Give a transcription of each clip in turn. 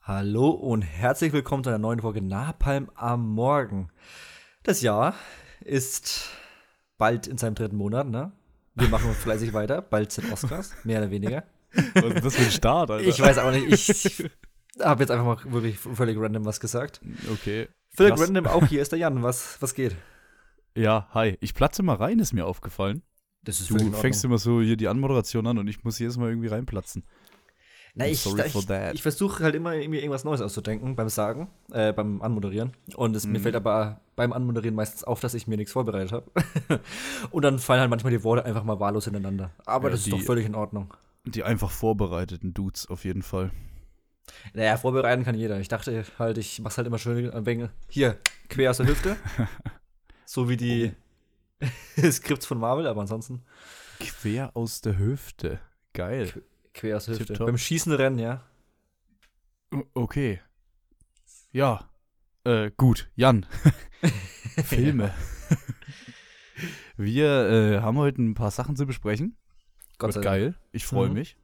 Hallo und herzlich willkommen zu einer neuen Folge Napalm am Morgen. Das Jahr ist bald in seinem dritten Monat, ne? Wir machen fleißig weiter. Bald sind Oscars, mehr oder weniger. Was ist das für ein Start, Alter? Ich weiß auch nicht. Ich habe jetzt einfach mal wirklich völlig random was gesagt. Okay. Völlig krass. random, auch hier ist der Jan. Was geht? Ja, hi. Ich platze mal rein, ist mir aufgefallen. Das ist Du fängst immer so hier die Anmoderation an und ich muss jedes Mal irgendwie reinplatzen. Na, ich sorry for that. versuche halt immer irgendwie irgendwas Neues auszudenken beim Sagen, beim Anmoderieren. Und mir fällt aber beim Anmoderieren meistens auf, dass ich mir nichts vorbereitet habe. Und dann fallen halt manchmal die Worte einfach mal wahllos ineinander. Aber Ja, das ist doch völlig in Ordnung. Die einfach vorbereiteten Dudes auf jeden Fall. Naja, vorbereiten kann jeder. Ich dachte halt, ich mach's halt immer schön ein wenig hier, quer aus der Hüfte. So wie die Skripts von Marvel, aber ansonsten Quer aus der Hüfte. Geil. quer aus der Hüfte. Tipptopp. Beim Schießen rennen, ja. Okay. Ja. Gut. Jan. Filme. Wir haben heute ein paar Sachen zu besprechen. Gott sei Wird Dank. geil. Ich freue Mhm. mich.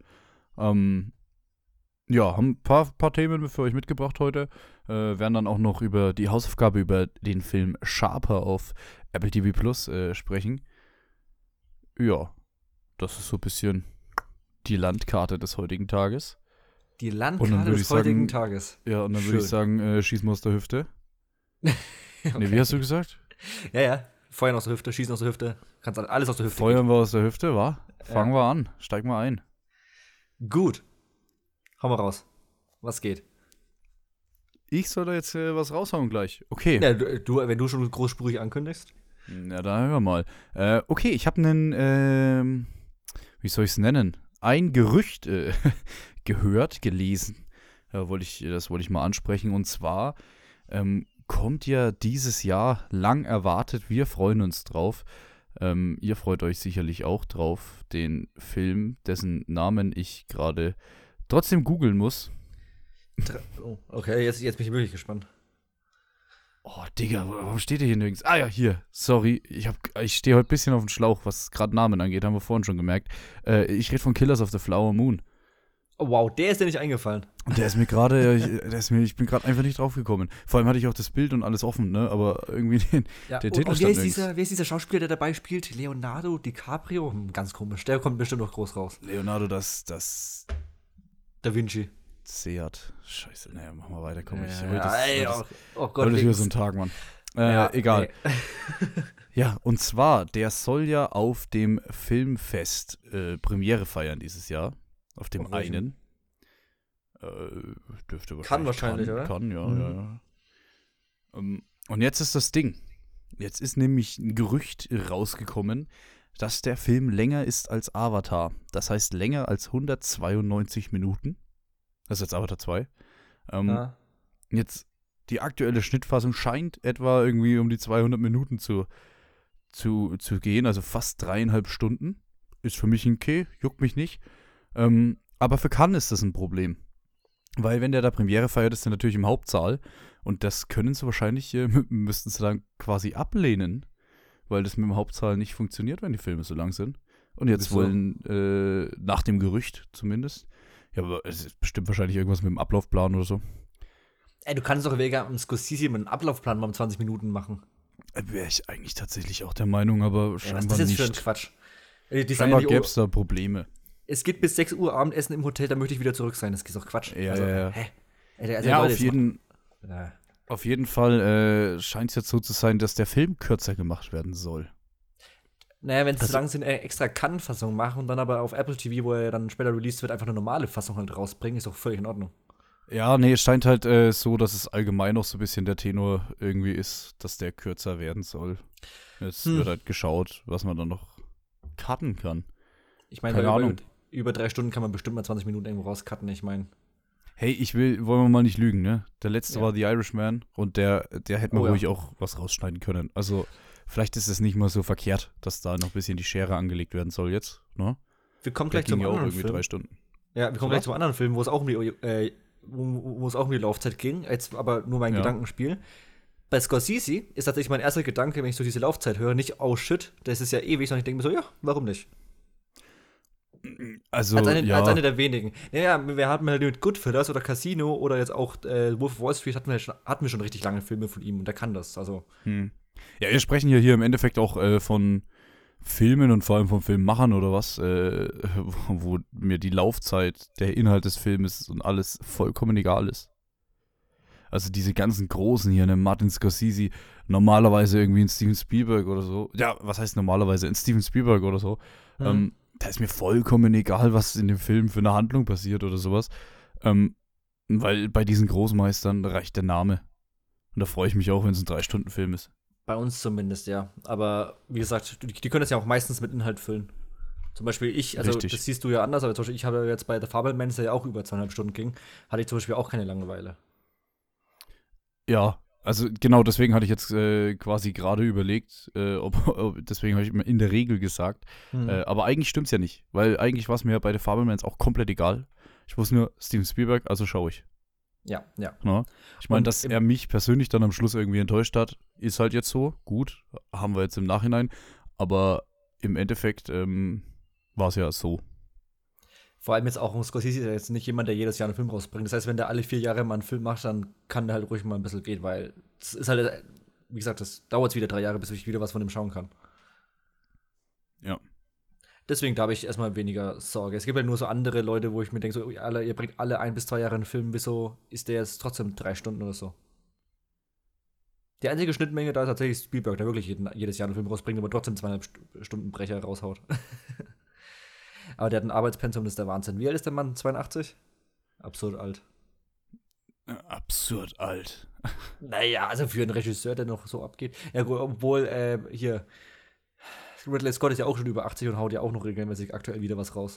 Ja, haben ein paar Themen für euch mitgebracht heute. Werden dann auch noch über die Hausaufgabe über den Film Sharper auf Apple TV Plus sprechen. Ja, das ist so ein bisschen die Landkarte des heutigen Tages. Die Und dann Landkarte würde des ich sagen- heutigen Tages. Ja, und dann würde ich Schön. sagen, schießen wir aus der Hüfte. Okay. Nee, wie hast du gesagt? Ja. Feuern aus der Hüfte, schießen aus der Hüfte. Kannst alles aus der Hüfte. Feuern wir aus der Hüfte, wa? Fangen wir an. Steig mal ein. Gut. Hau mal raus. Was geht? Ich soll da jetzt was raushauen gleich. Okay. Ja, wenn du schon großspurig ankündigst. Na, da hören wir mal. Okay, ich habe einen, wie soll ich es nennen? Ein Gerücht gehört, gelesen. Das wollte ich mal ansprechen. Und zwar kommt ja dieses Jahr lang erwartet, wir freuen uns drauf. Ihr freut euch sicherlich auch drauf, den Film, dessen Namen ich gerade trotzdem googeln muss. Oh, okay, jetzt bin ich wirklich gespannt. Oh, Digga, warum steht hier nirgends? Ah ja, hier, sorry, ich stehe heute ein bisschen auf dem Schlauch, was gerade Namen angeht, haben wir vorhin schon gemerkt. Ich rede von Killers of the Flower Moon. Oh, wow, der ist dir nicht eingefallen. Und ich bin gerade einfach nicht drauf gekommen. Vor allem hatte ich auch das Bild und alles offen, ne, aber irgendwie Ja, der und Titel wer stand ist, nirgends. wer ist dieser Schauspieler, der dabei spielt? Leonardo DiCaprio? Ganz komisch. Der kommt bestimmt noch groß raus. Leonardo, das Da Vinci. Seat. Scheiße, naja, machen wir weiter, komm. Oh Gott, Heute ist wieder links. so ein Tag, Mann. Ja, Egal. nee. Ja, und zwar, der soll ja auf dem Filmfest Premiere feiern dieses Jahr. Auf dem Auf welchem? einen. Dürfte wahrscheinlich. Kann wahrscheinlich, oder? Kann, ja, Mhm. ja. Und jetzt ist das Ding. Jetzt ist nämlich ein Gerücht rausgekommen, dass der Film länger ist als Avatar. Das heißt länger als 192 Minuten. Das ist jetzt Avatar 2. Ja. Jetzt, die aktuelle Schnittfassung scheint etwa irgendwie um die 200 Minuten zu gehen, also fast 3,5 Stunden. Ist für mich okay, juckt mich nicht. Aber für Cannes ist das ein Problem. Weil wenn der da Premiere feiert, ist er natürlich im Hauptsaal. Und das können sie wahrscheinlich, müssten sie dann quasi ablehnen, weil das mit dem Hauptsaal nicht funktioniert, wenn die Filme so lang sind. Und jetzt Wieso? wollen, nach dem Gerücht zumindest, ja, aber es ist bestimmt wahrscheinlich irgendwas mit dem Ablaufplan oder so. Ey, du kannst doch wegen einem Scorsese mit einem Ablaufplan mal um 20 Minuten machen. Wäre ich eigentlich tatsächlich auch der Meinung, aber Ja, was ist scheinbar das jetzt für ein nicht. Quatsch? Die sagen Scheinbar ja gäbe nicht, es da Probleme. es gibt bis 6 Uhr Abendessen im Hotel, da möchte ich wieder zurück sein. Das ist doch Quatsch. Ja, ja. Hä? Also, Ja, Leute, jetzt auf jeden Fall scheint es jetzt so zu sein, dass der Film kürzer gemacht werden soll. Naja, wenn es Also- zu lang sind, extra Kann-Fassung machen und dann aber auf Apple TV, wo er dann später released wird, einfach eine normale Fassung halt rausbringen, ist doch völlig in Ordnung. Ja, nee, es scheint halt so, dass es allgemein noch so ein bisschen der Tenor irgendwie ist, dass der kürzer werden soll. Jetzt wird halt geschaut, was man dann noch cutten kann. Ich meine, Keine Ahnung. über 3 Stunden kann man bestimmt mal 20 Minuten irgendwo rauscutten. Ich meine, Hey, wollen wir mal nicht lügen, ne? Der letzte Ja. war The Irishman und der hätte man Oh ja. ruhig auch was rausschneiden können. Also, vielleicht ist es nicht mal so verkehrt, dass da noch ein bisschen die Schere angelegt werden soll jetzt, ne? wir kommen Der gleich ging zum ja auch anderen irgendwie Film. 3 Stunden. Ja, wir kommen Was? gleich zum anderen Film, wo es auch um die Laufzeit ging. Jetzt aber nur mein Ja. Gedankenspiel. Bei Scorsese ist tatsächlich mein erster Gedanke, wenn ich so diese Laufzeit höre, nicht, oh shit, das ist ja ewig, sondern ich denke mir so, ja, warum nicht? Also, Als ja. eine der wenigen. Naja, wir hatten halt mit Goodfellas oder Casino oder jetzt auch Wolf of Wall Street hatten wir schon richtig lange Filme von ihm und der kann das. Also, Ja, wir sprechen ja hier im Endeffekt auch von Filmen und vor allem von Filmemachern oder was, wo mir die Laufzeit, der Inhalt des Filmes und alles vollkommen egal ist. Also diese ganzen Großen hier, ne, Martin Scorsese, normalerweise irgendwie ein Steven Spielberg oder so. Ja, was heißt normalerweise? Ein Steven Spielberg oder so. Da ist mir vollkommen egal, was in dem Film für eine Handlung passiert oder sowas. Weil bei diesen Großmeistern reicht der Name. Und da freue ich mich auch, wenn es ein 3-Stunden-Film ist. bei uns zumindest, ja. Aber wie gesagt, die können das ja auch meistens mit Inhalt füllen. Zum Beispiel Richtig. das siehst du ja anders, aber zum Beispiel ich habe jetzt bei The Fabelmans, der ja auch über 2,5 Stunden ging, hatte ich zum Beispiel auch keine Langeweile. Ja, also genau deswegen hatte ich jetzt quasi gerade überlegt, deswegen habe ich immer in der Regel gesagt. Aber eigentlich stimmt's ja nicht, weil eigentlich war es mir bei The Fabelmans auch komplett egal. Ich wusste nur, Steven Spielberg, also schaue ich. Ja, ja. Ne? Ich meine, Und dass er mich persönlich dann am Schluss irgendwie enttäuscht hat, ist halt jetzt so. Gut, haben wir jetzt im Nachhinein. Aber im Endeffekt war es ja so. Vor allem jetzt auch Scorsese ist ja jetzt nicht jemand, der jedes Jahr einen Film rausbringt. Das heißt, wenn der alle 4 Jahre mal einen Film macht, dann kann der halt ruhig mal ein bisschen gehen, weil es ist halt, wie gesagt, das dauert wieder 3 Jahre, bis ich wieder was von dem schauen kann. Ja. Deswegen da habe ich erstmal weniger Sorge. Es gibt halt nur so andere Leute, wo ich mir denke, so, ihr bringt alle 1 bis 2 Jahre einen Film, wieso ist der jetzt trotzdem 3 Stunden oder so? Die einzige Schnittmenge da ist tatsächlich Spielberg, der wirklich jedes Jahr einen Film rausbringt, aber trotzdem 2,5 Stunden Brecher raushaut. Aber der hat ein Arbeitspensum, das ist der Wahnsinn. Wie alt ist der Mann? 82? Absurd alt. Absurd alt. Naja, also für einen Regisseur, der noch so abgeht. Ja, gut, obwohl, hier, Ridley Scott ist ja auch schon über 80 und haut ja auch noch regelmäßig aktuell wieder was raus.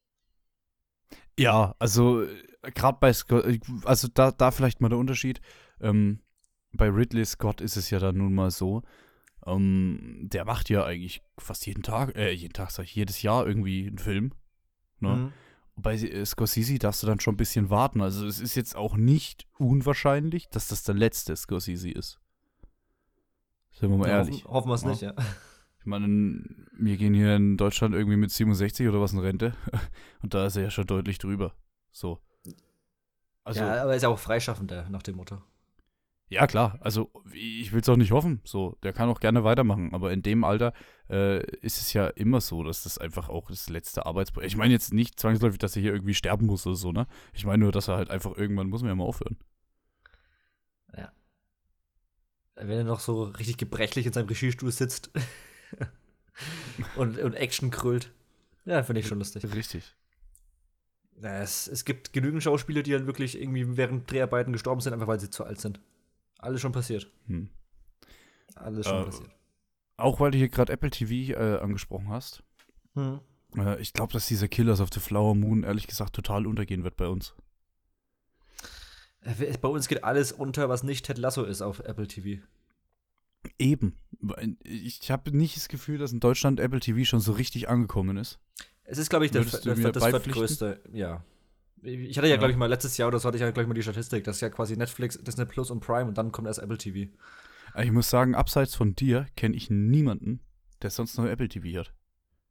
Ja, also gerade bei Scott, also da vielleicht mal der Unterschied. Bei Ridley Scott ist es ja dann nun mal so, der macht ja eigentlich fast jedes Jahr irgendwie einen Film. Ne? Bei Scorsese darfst du dann schon ein bisschen warten. Also es ist jetzt auch nicht unwahrscheinlich, dass das der letzte Scorsese ist. Sind wir mal ehrlich. Hoffen wir es nicht, ja. Ich meine, wir gehen hier in Deutschland irgendwie mit 67 oder was in Rente und da ist er ja schon deutlich drüber. So. Also, ja, aber er ist ja auch Freischaffender nach dem Motto. ja, klar. Also, ich will es auch nicht hoffen. So, der kann auch gerne weitermachen. Aber in dem Alter ist es ja immer so, dass das einfach auch das letzte Arbeitsprojekt. Ich meine jetzt nicht zwangsläufig, dass er hier irgendwie sterben muss oder so, ne? Ich meine nur, dass er halt einfach irgendwann muss man ja mal aufhören. Ja. Wenn er noch so richtig gebrechlich in seinem Regiestuhl sitzt und Action krölt. Ja, finde ich schon lustig. Richtig. Ja, es gibt genügend Schauspieler, die dann wirklich irgendwie während Dreharbeiten gestorben sind, einfach weil sie zu alt sind. Alles schon passiert. Alles schon passiert. Auch weil du hier gerade Apple TV angesprochen hast. Ich glaube, dass dieser Killers of the Flower Moon ehrlich gesagt total untergehen wird bei uns. Bei uns geht alles unter, was nicht Ted Lasso ist auf Apple TV. Eben. Ich habe nicht das Gefühl, dass in Deutschland Apple TV schon so richtig angekommen ist. Es ist, glaube ich, das beipflichten? größte, ja. Ich hatte ja, glaube ich, mal letztes Jahr oder so hatte ich ja, glaube ich, mal die Statistik. Das ist ja quasi Netflix, Disney Plus und Prime und dann kommt erst Apple TV. Ich muss sagen, abseits von dir kenne ich niemanden, der sonst noch Apple TV hat.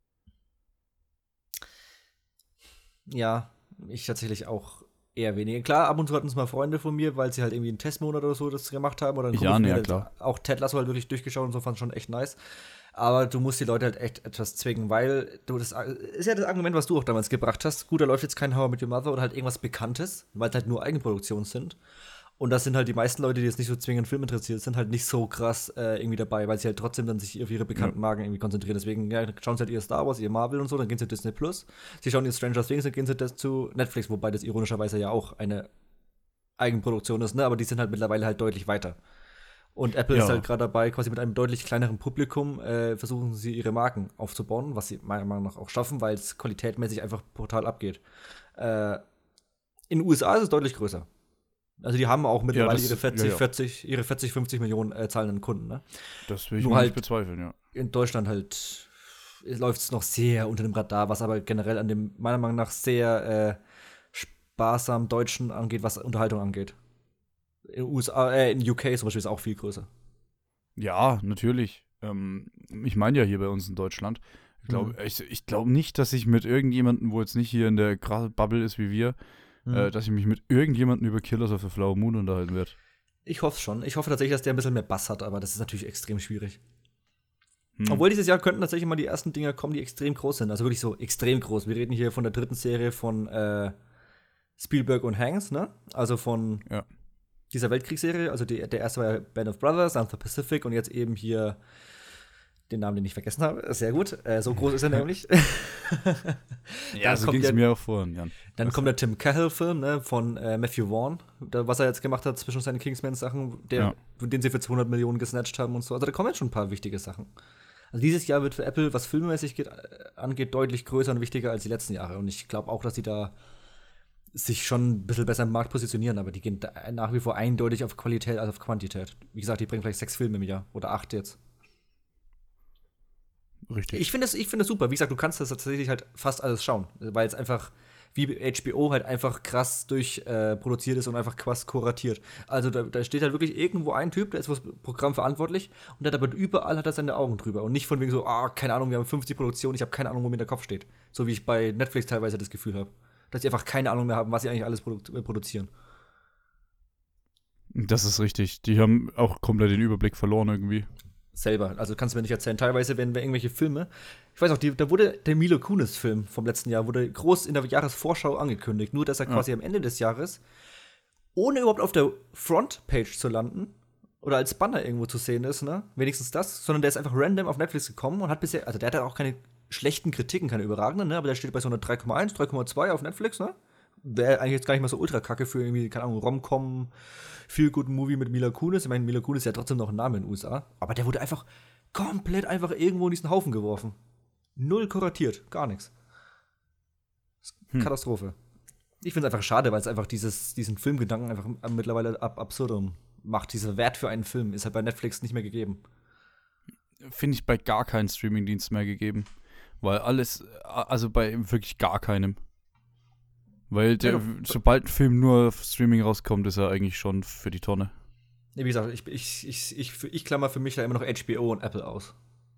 Ja, ich tatsächlich auch eher weniger. Klar, ab und zu hatten es mal Freunde von mir, weil sie halt irgendwie einen Testmonat oder so das gemacht haben. Oder ein Kumpel von mir, klar. Auch Ted Lasso halt wirklich durchgeschaut und so, fand es schon echt nice. Aber du musst die Leute halt echt etwas zwingen, weil das ist ja das Argument, was du auch damals gebracht hast. Gut, da läuft jetzt kein How I Met Your Mother oder halt irgendwas Bekanntes, weil es halt nur Eigenproduktionen sind. Und das sind halt die meisten Leute, die jetzt nicht so zwingend Film interessiert sind, halt nicht so krass irgendwie dabei, weil sie halt trotzdem dann sich auf ihre bekannten Marken irgendwie konzentrieren. Deswegen schauen sie halt ihr Star Wars, ihr Marvel und so, dann gehen sie zu Disney Plus. Sie schauen ihr Stranger Things, dann gehen sie zu Netflix, wobei das ironischerweise ja auch eine Eigenproduktion ist, ne? Aber die sind halt mittlerweile halt deutlich weiter. Und Apple ist halt gerade dabei, quasi mit einem deutlich kleineren Publikum versuchen sie ihre Marken aufzubauen, was sie meiner Meinung nach auch schaffen, weil es qualitätmäßig einfach brutal abgeht. In den USA ist es deutlich größer. Also die haben auch mittlerweile ihre 40, 50 Millionen zahlenden Kunden, ne? Das will ich mal nicht bezweifeln, ja. In Deutschland halt läuft es noch sehr unter dem Radar, was aber generell an dem, meiner Meinung nach, sehr sparsam Deutschen angeht, was Unterhaltung angeht. In USA, in UK zum Beispiel ist auch viel größer. Ja, natürlich. Ich meine ja hier bei uns in Deutschland, Ich glaube nicht, dass ich mit irgendjemandem, wo jetzt nicht hier in der krassen Bubble ist wie wir, dass ich mich mit irgendjemandem über Killers of the Flower Moon unterhalten werde. Ich hoffe schon. Ich hoffe tatsächlich, dass der ein bisschen mehr Bass hat, aber das ist natürlich extrem schwierig. Obwohl dieses Jahr könnten tatsächlich mal die ersten Dinger kommen, die extrem groß sind. Also wirklich so extrem groß. Wir reden hier von der dritten Serie von Spielberg und Hanks, ne? Also von dieser Weltkriegsserie. Also der erste war ja Band of Brothers, dann The Pacific und jetzt eben hier den Namen, den ich vergessen habe. Sehr gut. So groß ist er nämlich. Ja, so ging es mir auch vor, Jan. Dann kommt der Tim Cahill-Film, ne, von Matthew Vaughn, was er jetzt gemacht hat zwischen seinen Kingsman-Sachen, den sie für 200 Millionen gesnatcht haben und so. Also da kommen jetzt schon ein paar wichtige Sachen. Also dieses Jahr wird für Apple, was filmmäßig angeht, deutlich größer und wichtiger als die letzten Jahre. Und ich glaube auch, dass sie da sich schon ein bisschen besser im Markt positionieren, aber die gehen nach wie vor eindeutig auf Qualität als auf Quantität. Wie gesagt, die bringen vielleicht 6 Filme im Jahr oder 8 jetzt. Richtig. Ich finde es super. Wie gesagt, du kannst das tatsächlich halt fast alles schauen, weil es einfach wie HBO halt einfach krass durchproduziert ist und einfach krass kuratiert. Also da steht halt wirklich irgendwo ein Typ, der ist fürs Programm verantwortlich und der hat aber überall hat er seine Augen drüber und nicht von wegen so, keine Ahnung, wir haben 50 Produktionen, ich habe keine Ahnung, wo mir der Kopf steht. So wie ich bei Netflix teilweise das Gefühl habe, dass die einfach keine Ahnung mehr haben, was sie eigentlich alles produzieren. Das ist richtig. Die haben auch komplett den Überblick verloren irgendwie. Selber. Also kannst du mir nicht erzählen. Teilweise werden wir irgendwelche Filme. Ich weiß auch, da wurde der Mila Kunis-Film vom letzten Jahr wurde groß in der Jahresvorschau angekündigt. Nur, dass er quasi am Ende des Jahres, ohne überhaupt auf der Frontpage zu landen oder als Banner irgendwo zu sehen ist, ne? Wenigstens das, sondern der ist einfach random auf Netflix gekommen und hat bisher, also der hat auch keine schlechten Kritiken, keine überragenden, ne? Aber der steht bei so einer 3,1, 3,2 auf Netflix, ne? Wäre eigentlich jetzt gar nicht mal so ultra kacke für irgendwie, keine Ahnung, Rom-Com, Feel-Good-Movie mit Mila Kunis. Ich meine, Mila Kunis ist ja trotzdem noch ein Name in den USA. Aber der wurde einfach komplett einfach irgendwo in diesen Haufen geworfen. Null kuratiert, gar nichts. Katastrophe. Ich finde es einfach schade, weil es einfach diesen Filmgedanken einfach mittlerweile absurdum macht. Dieser Wert für einen Film ist halt bei Netflix nicht mehr gegeben. Finde ich bei gar keinem Streamingdienst mehr gegeben. Weil alles, also bei wirklich gar keinem. Weil sobald ein Film nur auf Streaming rauskommt, ist er eigentlich schon für die Tonne. Ja, wie gesagt, ich klammer für mich da immer noch HBO und Apple aus.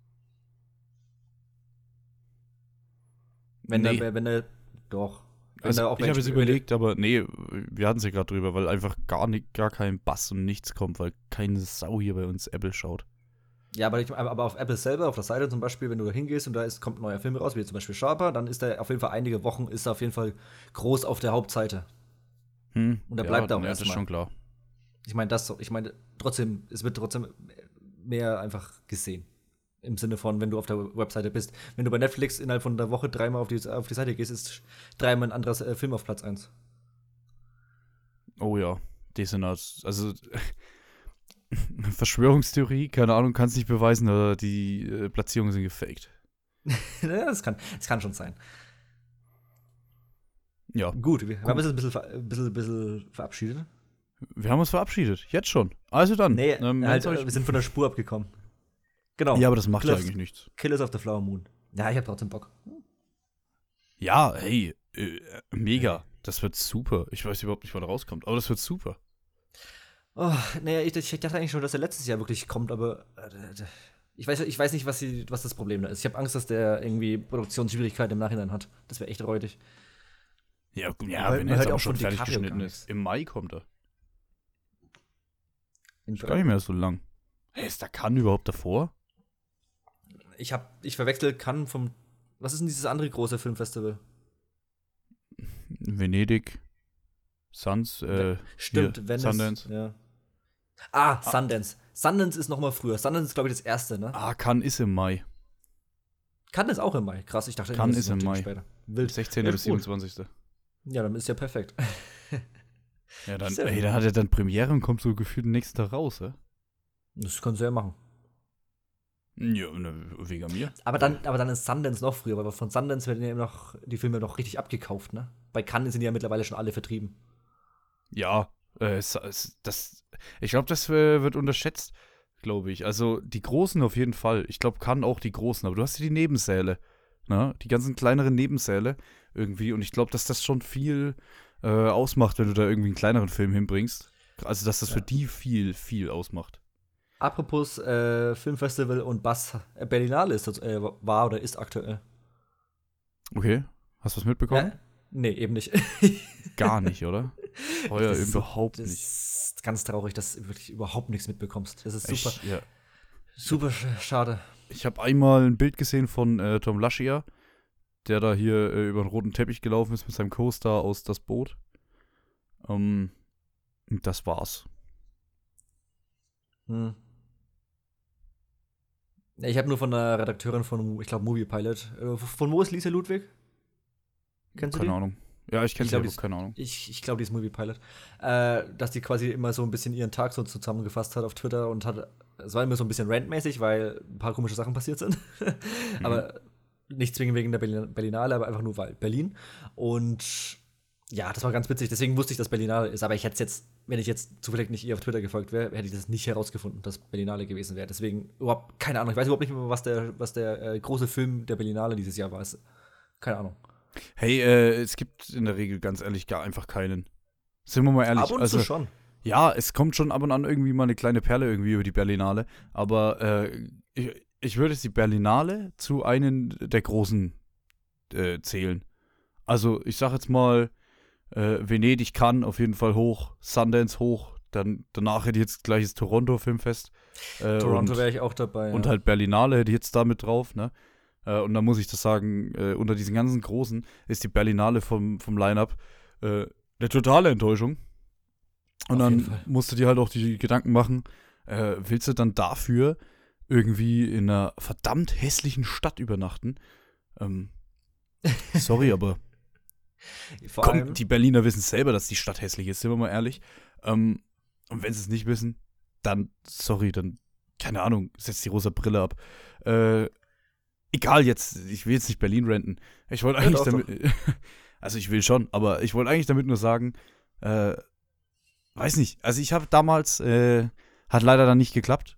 Doch. Also, ich habe jetzt überlegt, aber nee, wir hatten es ja gerade drüber, weil einfach gar kein Bass und nichts kommt, weil keine Sau hier bei uns Apple schaut. Ja, aber auf Apple selber, auf der Seite zum Beispiel, wenn du da hingehst und kommt ein neuer Film raus, wie zum Beispiel Sharper, dann ist er auf jeden Fall einige Wochen, ist er auf jeden Fall groß auf der Hauptseite. Und da bleibt er auch erstmal. Das ist schon klar. Ich meine, trotzdem, es wird trotzdem mehr einfach gesehen. Im Sinne von, wenn du auf der Webseite bist. Wenn du bei Netflix innerhalb von einer Woche dreimal auf die Seite gehst, ist dreimal ein anderer Film auf Platz 1. Oh ja, die sind also Verschwörungstheorie, keine Ahnung, kann es nicht beweisen, aber die Platzierungen sind gefaked. Ja, das kann schon sein. Ja. Gut, wir haben uns ein bisschen verabschiedet. Wir haben uns verabschiedet, jetzt schon. Also dann. Nee, wir sind von der Spur abgekommen. Genau. Ja, aber das macht ja eigentlich nichts. Killers of the Flower Moon. Ja, ich hab trotzdem Bock. Ja, hey, mega. Das wird super. Ich weiß überhaupt nicht, wann er rauskommt, aber das wird super. Oh, naja, ich dachte eigentlich schon, dass er letztes Jahr wirklich kommt, aber ich weiß nicht, was das Problem da ist. Ich habe Angst, dass der irgendwie Produktionsschwierigkeiten im Nachhinein hat. Das wäre echt räudig. Ja, wenn er jetzt aber schon fertig geschnitten ist. Im Mai kommt er. Ist gar nicht mehr so lang. Hey, ist der Cannes überhaupt davor? Ich verwechsel Cannes vom. Was ist denn dieses andere große Filmfestival? Venedig. Stimmt, Venice. Sundance. Ja. Sundance. Sundance ist noch mal früher. Sundance ist, glaube ich, das erste, ne? Cannes ist im Mai. Cannes ist auch im Mai. Krass, ich dachte, Cannes ist im Mai. Später. Wild. 16. bis 27. Ja, dann ist ja perfekt. Ja, dann hat er dann Premiere und kommt so gefühlt nächsten Tag raus, ja? Das kannst du ja machen. Ja, wegen mir. Aber dann ist Sundance noch früher, weil von Sundance werden ja immer noch die Filme noch richtig abgekauft, ne? Bei Cannes sind ja mittlerweile schon alle vertrieben. Ja, ich glaube, das wird unterschätzt, glaube ich. Also die Großen auf jeden Fall. Ich glaube, Cannes auch die Großen, aber du hast ja die Nebensäle, ne? Die ganzen kleineren Nebensäle irgendwie und ich glaube, dass das schon viel ausmacht, wenn du da irgendwie einen kleineren Film hinbringst. Also, dass das für die viel, viel ausmacht. Apropos Filmfestival und Bass, Berlinale war oder ist aktuell. Okay, hast du was mitbekommen? Nee, eben nicht. Gar nicht, oder? Heuer überhaupt das nicht. ist ganz traurig, dass du wirklich überhaupt nichts mitbekommst. Das ist super, Ja. super schade. Ich habe einmal ein Bild gesehen von Tom Laschia, der da hier über den roten Teppich gelaufen ist mit seinem Co-Star aus Das Boot. Und das war's. Ich habe nur von der Redakteurin von, ich glaube, Movie Pilot. Von wo ist Lisa Ludwig? Kennst du die? Keine Ahnung. Ja, ich kenne sie, aber keine Ahnung. Ich glaube, die ist Movie Pilot. Dass die quasi immer so ein bisschen ihren Tag so zusammengefasst hat auf Twitter und es war immer so ein bisschen rantmäßig, weil ein paar komische Sachen passiert sind. Aber nicht zwingend wegen der Berlinale, aber einfach nur weil Berlin. Und ja, das war ganz witzig. Deswegen wusste ich, dass Berlinale ist. Aber ich hätte es jetzt, wenn ich jetzt zufällig nicht ihr auf Twitter gefolgt wäre, hätte ich das nicht herausgefunden, dass Berlinale gewesen wäre. Deswegen überhaupt keine Ahnung. Ich weiß überhaupt nicht mehr, was der große Film der Berlinale dieses Jahr war. Keine Ahnung. Hey, es gibt in der Regel ganz ehrlich gar einfach keinen. Sind wir mal ehrlich. Ab und zu schon. Ja, es kommt schon ab und an irgendwie mal eine kleine Perle irgendwie über die Berlinale. Aber ich würde jetzt die Berlinale zu einem der großen zählen. Also ich sag jetzt mal, Venedig kann auf jeden Fall hoch, Sundance hoch. Dann danach hätte ich jetzt gleich das Toronto Filmfest. Toronto wäre ich auch dabei. Und halt Berlinale hätte ich jetzt da mit drauf, ne? Und dann muss ich das sagen, unter diesen ganzen Großen ist die Berlinale vom Line-Up eine totale Enttäuschung. Und dann musst du dir halt auch die Gedanken machen, willst du dann dafür irgendwie in einer verdammt hässlichen Stadt übernachten? Sorry, aber die Berliner wissen selber, dass die Stadt hässlich ist, sind wir mal ehrlich. Und wenn sie es nicht wissen, dann, sorry, dann, keine Ahnung, setzt die rosa Brille ab. Egal jetzt, ich will jetzt nicht Berlin renten. Ich wollte eigentlich damit, also ich will schon, aber ich wollte eigentlich damit nur sagen, weiß nicht, also ich habe damals, hat leider dann nicht geklappt,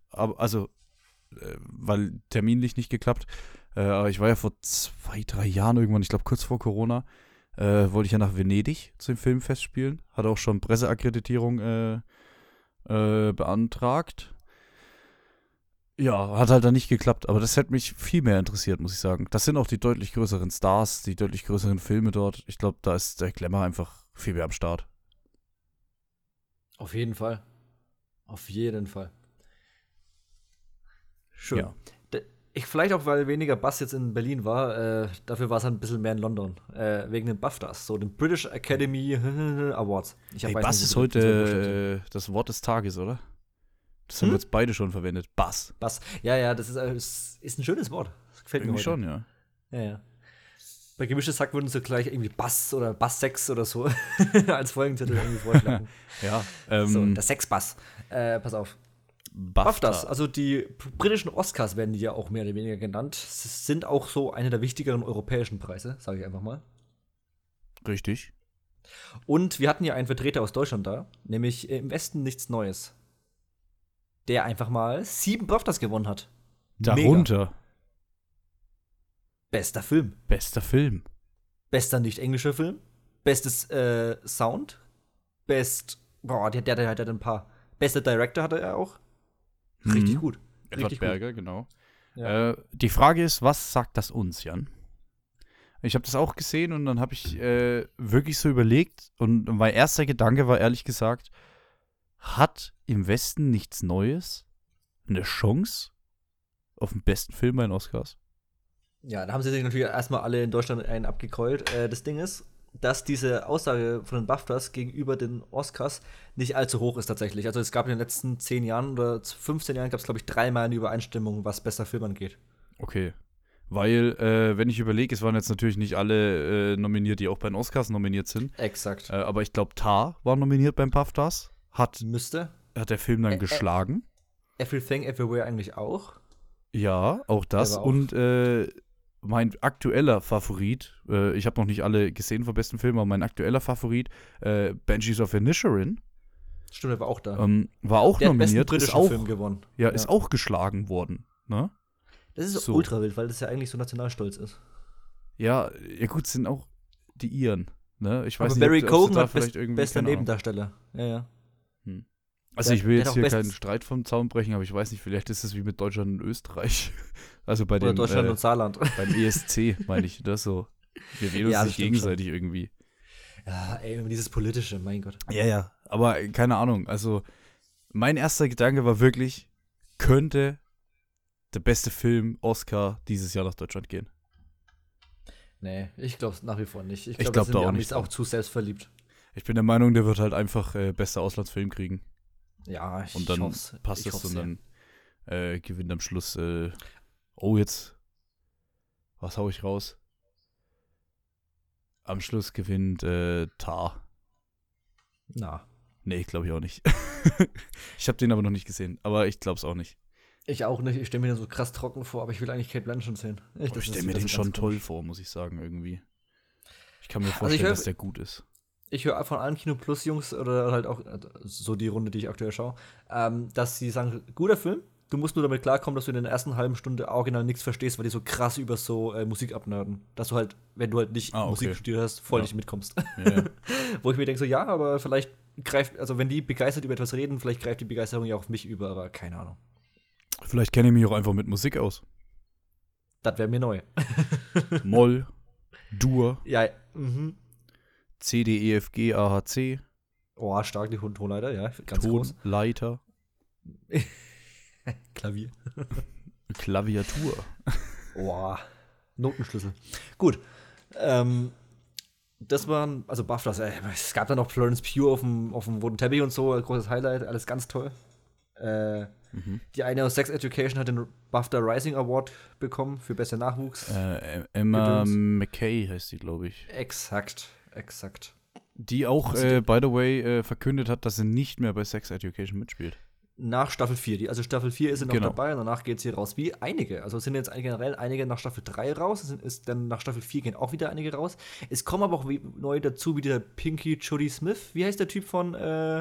weil terminlich nicht geklappt, aber ich war ja vor 2-3 Jahren irgendwann, ich glaube kurz vor Corona, wollte ich ja nach Venedig zum Filmfest spielen, hatte auch schon Presseakkreditierung beantragt. Ja, hat halt dann nicht geklappt, aber das hätte mich viel mehr interessiert, muss ich sagen. Das sind auch die deutlich größeren Stars, die deutlich größeren Filme dort. Ich glaube, da ist der Glamour einfach viel mehr am Start. Auf jeden Fall. Auf jeden Fall. Schön. Ja. Vielleicht auch, weil weniger Bass jetzt in Berlin war, dafür war es halt ein bisschen mehr in London. Wegen den BAFTAs, so den British Academy Awards. Bass ist heute das Wort des Tages, oder? Das haben wir jetzt beide schon verwendet. Bass. Bass. Ja, das ist ein schönes Wort. Das gefällt mir heute. Schon, ja. Ja. Bei Gemischtes Hack würden sie gleich irgendwie Bass oder Bass-Sex oder so als Folgentitel irgendwie vorschlagen. Ja. So, der Sexbass. Pass auf. BAFTAs, also die britischen Oscars werden die ja auch mehr oder weniger genannt. Das sind auch so eine der wichtigeren europäischen Preise, sage ich einfach mal. Richtig. Und wir hatten ja einen Vertreter aus Deutschland da, nämlich im Westen nichts Neues. Der einfach mal 7 BAFTAs gewonnen hat. Darunter. Mega. Bester Film. Bester nicht-englischer Film. Bestes Sound. Der hat ein paar. Bester Director hatte er auch. Richtig gut. Edward Berger, genau. Ja. Die Frage ist, was sagt das uns, Jan? Ich habe das auch gesehen und dann habe ich wirklich so überlegt und mein erster Gedanke war ehrlich gesagt, hat im Westen nichts Neues eine Chance auf den besten Film bei den Oscars? Ja, da haben sie sich natürlich erstmal alle in Deutschland einen abgekeult. Das Ding ist, dass diese Aussage von den BAFTAs gegenüber den Oscars nicht allzu hoch ist tatsächlich. Also es gab in den letzten 10 Jahren oder 15 Jahren gab es, glaube ich, 3-mal eine Übereinstimmung, was bester Film angeht. Okay. Weil, wenn ich überlege, es waren jetzt natürlich nicht alle nominiert, die auch bei den Oscars nominiert sind. Exakt. Aber ich glaube, Tar war nominiert beim BAFTAs. Hat der Film dann geschlagen. Everything, Everywhere eigentlich auch. Ja, auch das. Und mein aktueller Favorit, ich habe noch nicht alle gesehen vom besten Film, aber mein aktueller Favorit, Banshees of Inisherin. Stimmt, der war auch da. War auch der nominiert. Der hat besten britischen Film gewonnen. Ja, ist auch geschlagen worden. Ne? Das ist so ultra wild, weil das ja eigentlich so nationalstolz ist. Ja gut, sind auch die Iren. Ne? Ich weiß aber nicht, Barry Keoghan da hat bester Nebendarsteller. Ja. Also Der- ich will der hat jetzt auch hier bestens- keinen Streit vom Zaun brechen, aber ich weiß nicht, vielleicht ist es wie mit Deutschland und Österreich. Also bei Oder dem Deutschland und Saarland. beim ESC meine ich das so. Wir wählen uns Ja, das nicht stimmt gegenseitig irgendwie. Ja, ey, dieses Politische, mein Gott. Ja, ja. Aber keine Ahnung. Also mein erster Gedanke war wirklich, könnte der beste Film Oscar dieses Jahr nach Deutschland gehen? Nee, ich glaube nach wie vor nicht. Ich Ich glaube, glaub da sind da die auch Amis nicht dran. auch zu selbstverliebt. Ich bin der Meinung, der wird halt einfach bester Auslandsfilm kriegen. Ja, ich Und dann hoff's. passt Ich es hoff's und sehr. dann gewinnt am Schluss, oh jetzt, was hau ich raus? Am Schluss gewinnt Tar. Na, Nee, glaube ich auch nicht. Ich habe den aber noch nicht gesehen, aber ich glaube es auch nicht. ich auch nicht. Ich stelle mir den so krass trocken vor, aber ich will eigentlich Kate Blanchett sehen. Ich stelle mir den schon toll vor, muss ich sagen, irgendwie. Ich kann mir ich vorstellen, hör- dass der gut ist. Ich höre von allen Kino Plus Jungs oder halt auch so die Runde, die ich aktuell schaue, dass sie sagen, guter Film. Du musst nur damit klarkommen, dass du in der ersten halben Stunde original nichts verstehst, weil die so krass über so Musik abnörden. Dass du halt, wenn du halt nicht Ah, okay. Musik studiert hast, voll Ja. nicht mitkommst. Ja, ja. Wo ich mir denke, so ja, aber vielleicht greift, also wenn die begeistert über etwas reden, vielleicht greift die Begeisterung ja auf mich über, aber keine Ahnung. Vielleicht kenne ich mich auch einfach mit Musik aus. Das wäre mir neu. Moll, Dur, Ja, mhm. C, D, E, F, G, A, H, C, Oh, stark die Tonleiter, ja, ganz Ton, groß. Leiter, Klavier. Klaviatur. Oh, Notenschlüssel. Gut. Das waren, also BAFTAs, es gab dann noch Florence Pugh auf dem roten Teppich und so, großes Highlight, alles ganz toll. Die eine aus Sex Education hat den BAFTA Rising Award bekommen für bester Nachwuchs. Emma Gedöns. McKay heißt die, glaube ich. Exakt. Die auch, by the way, verkündet hat, dass sie nicht mehr bei Sex Education mitspielt. Nach Staffel 4. Also Staffel 4 ist sie noch Genau. dabei und danach geht sie raus. Wie einige. Also es sind jetzt generell einige nach Staffel 3 raus. Dann nach Staffel 4 gehen auch wieder einige raus. Es kommen aber auch neu dazu, wie der Pinky Jody Smith. Wie heißt der Typ von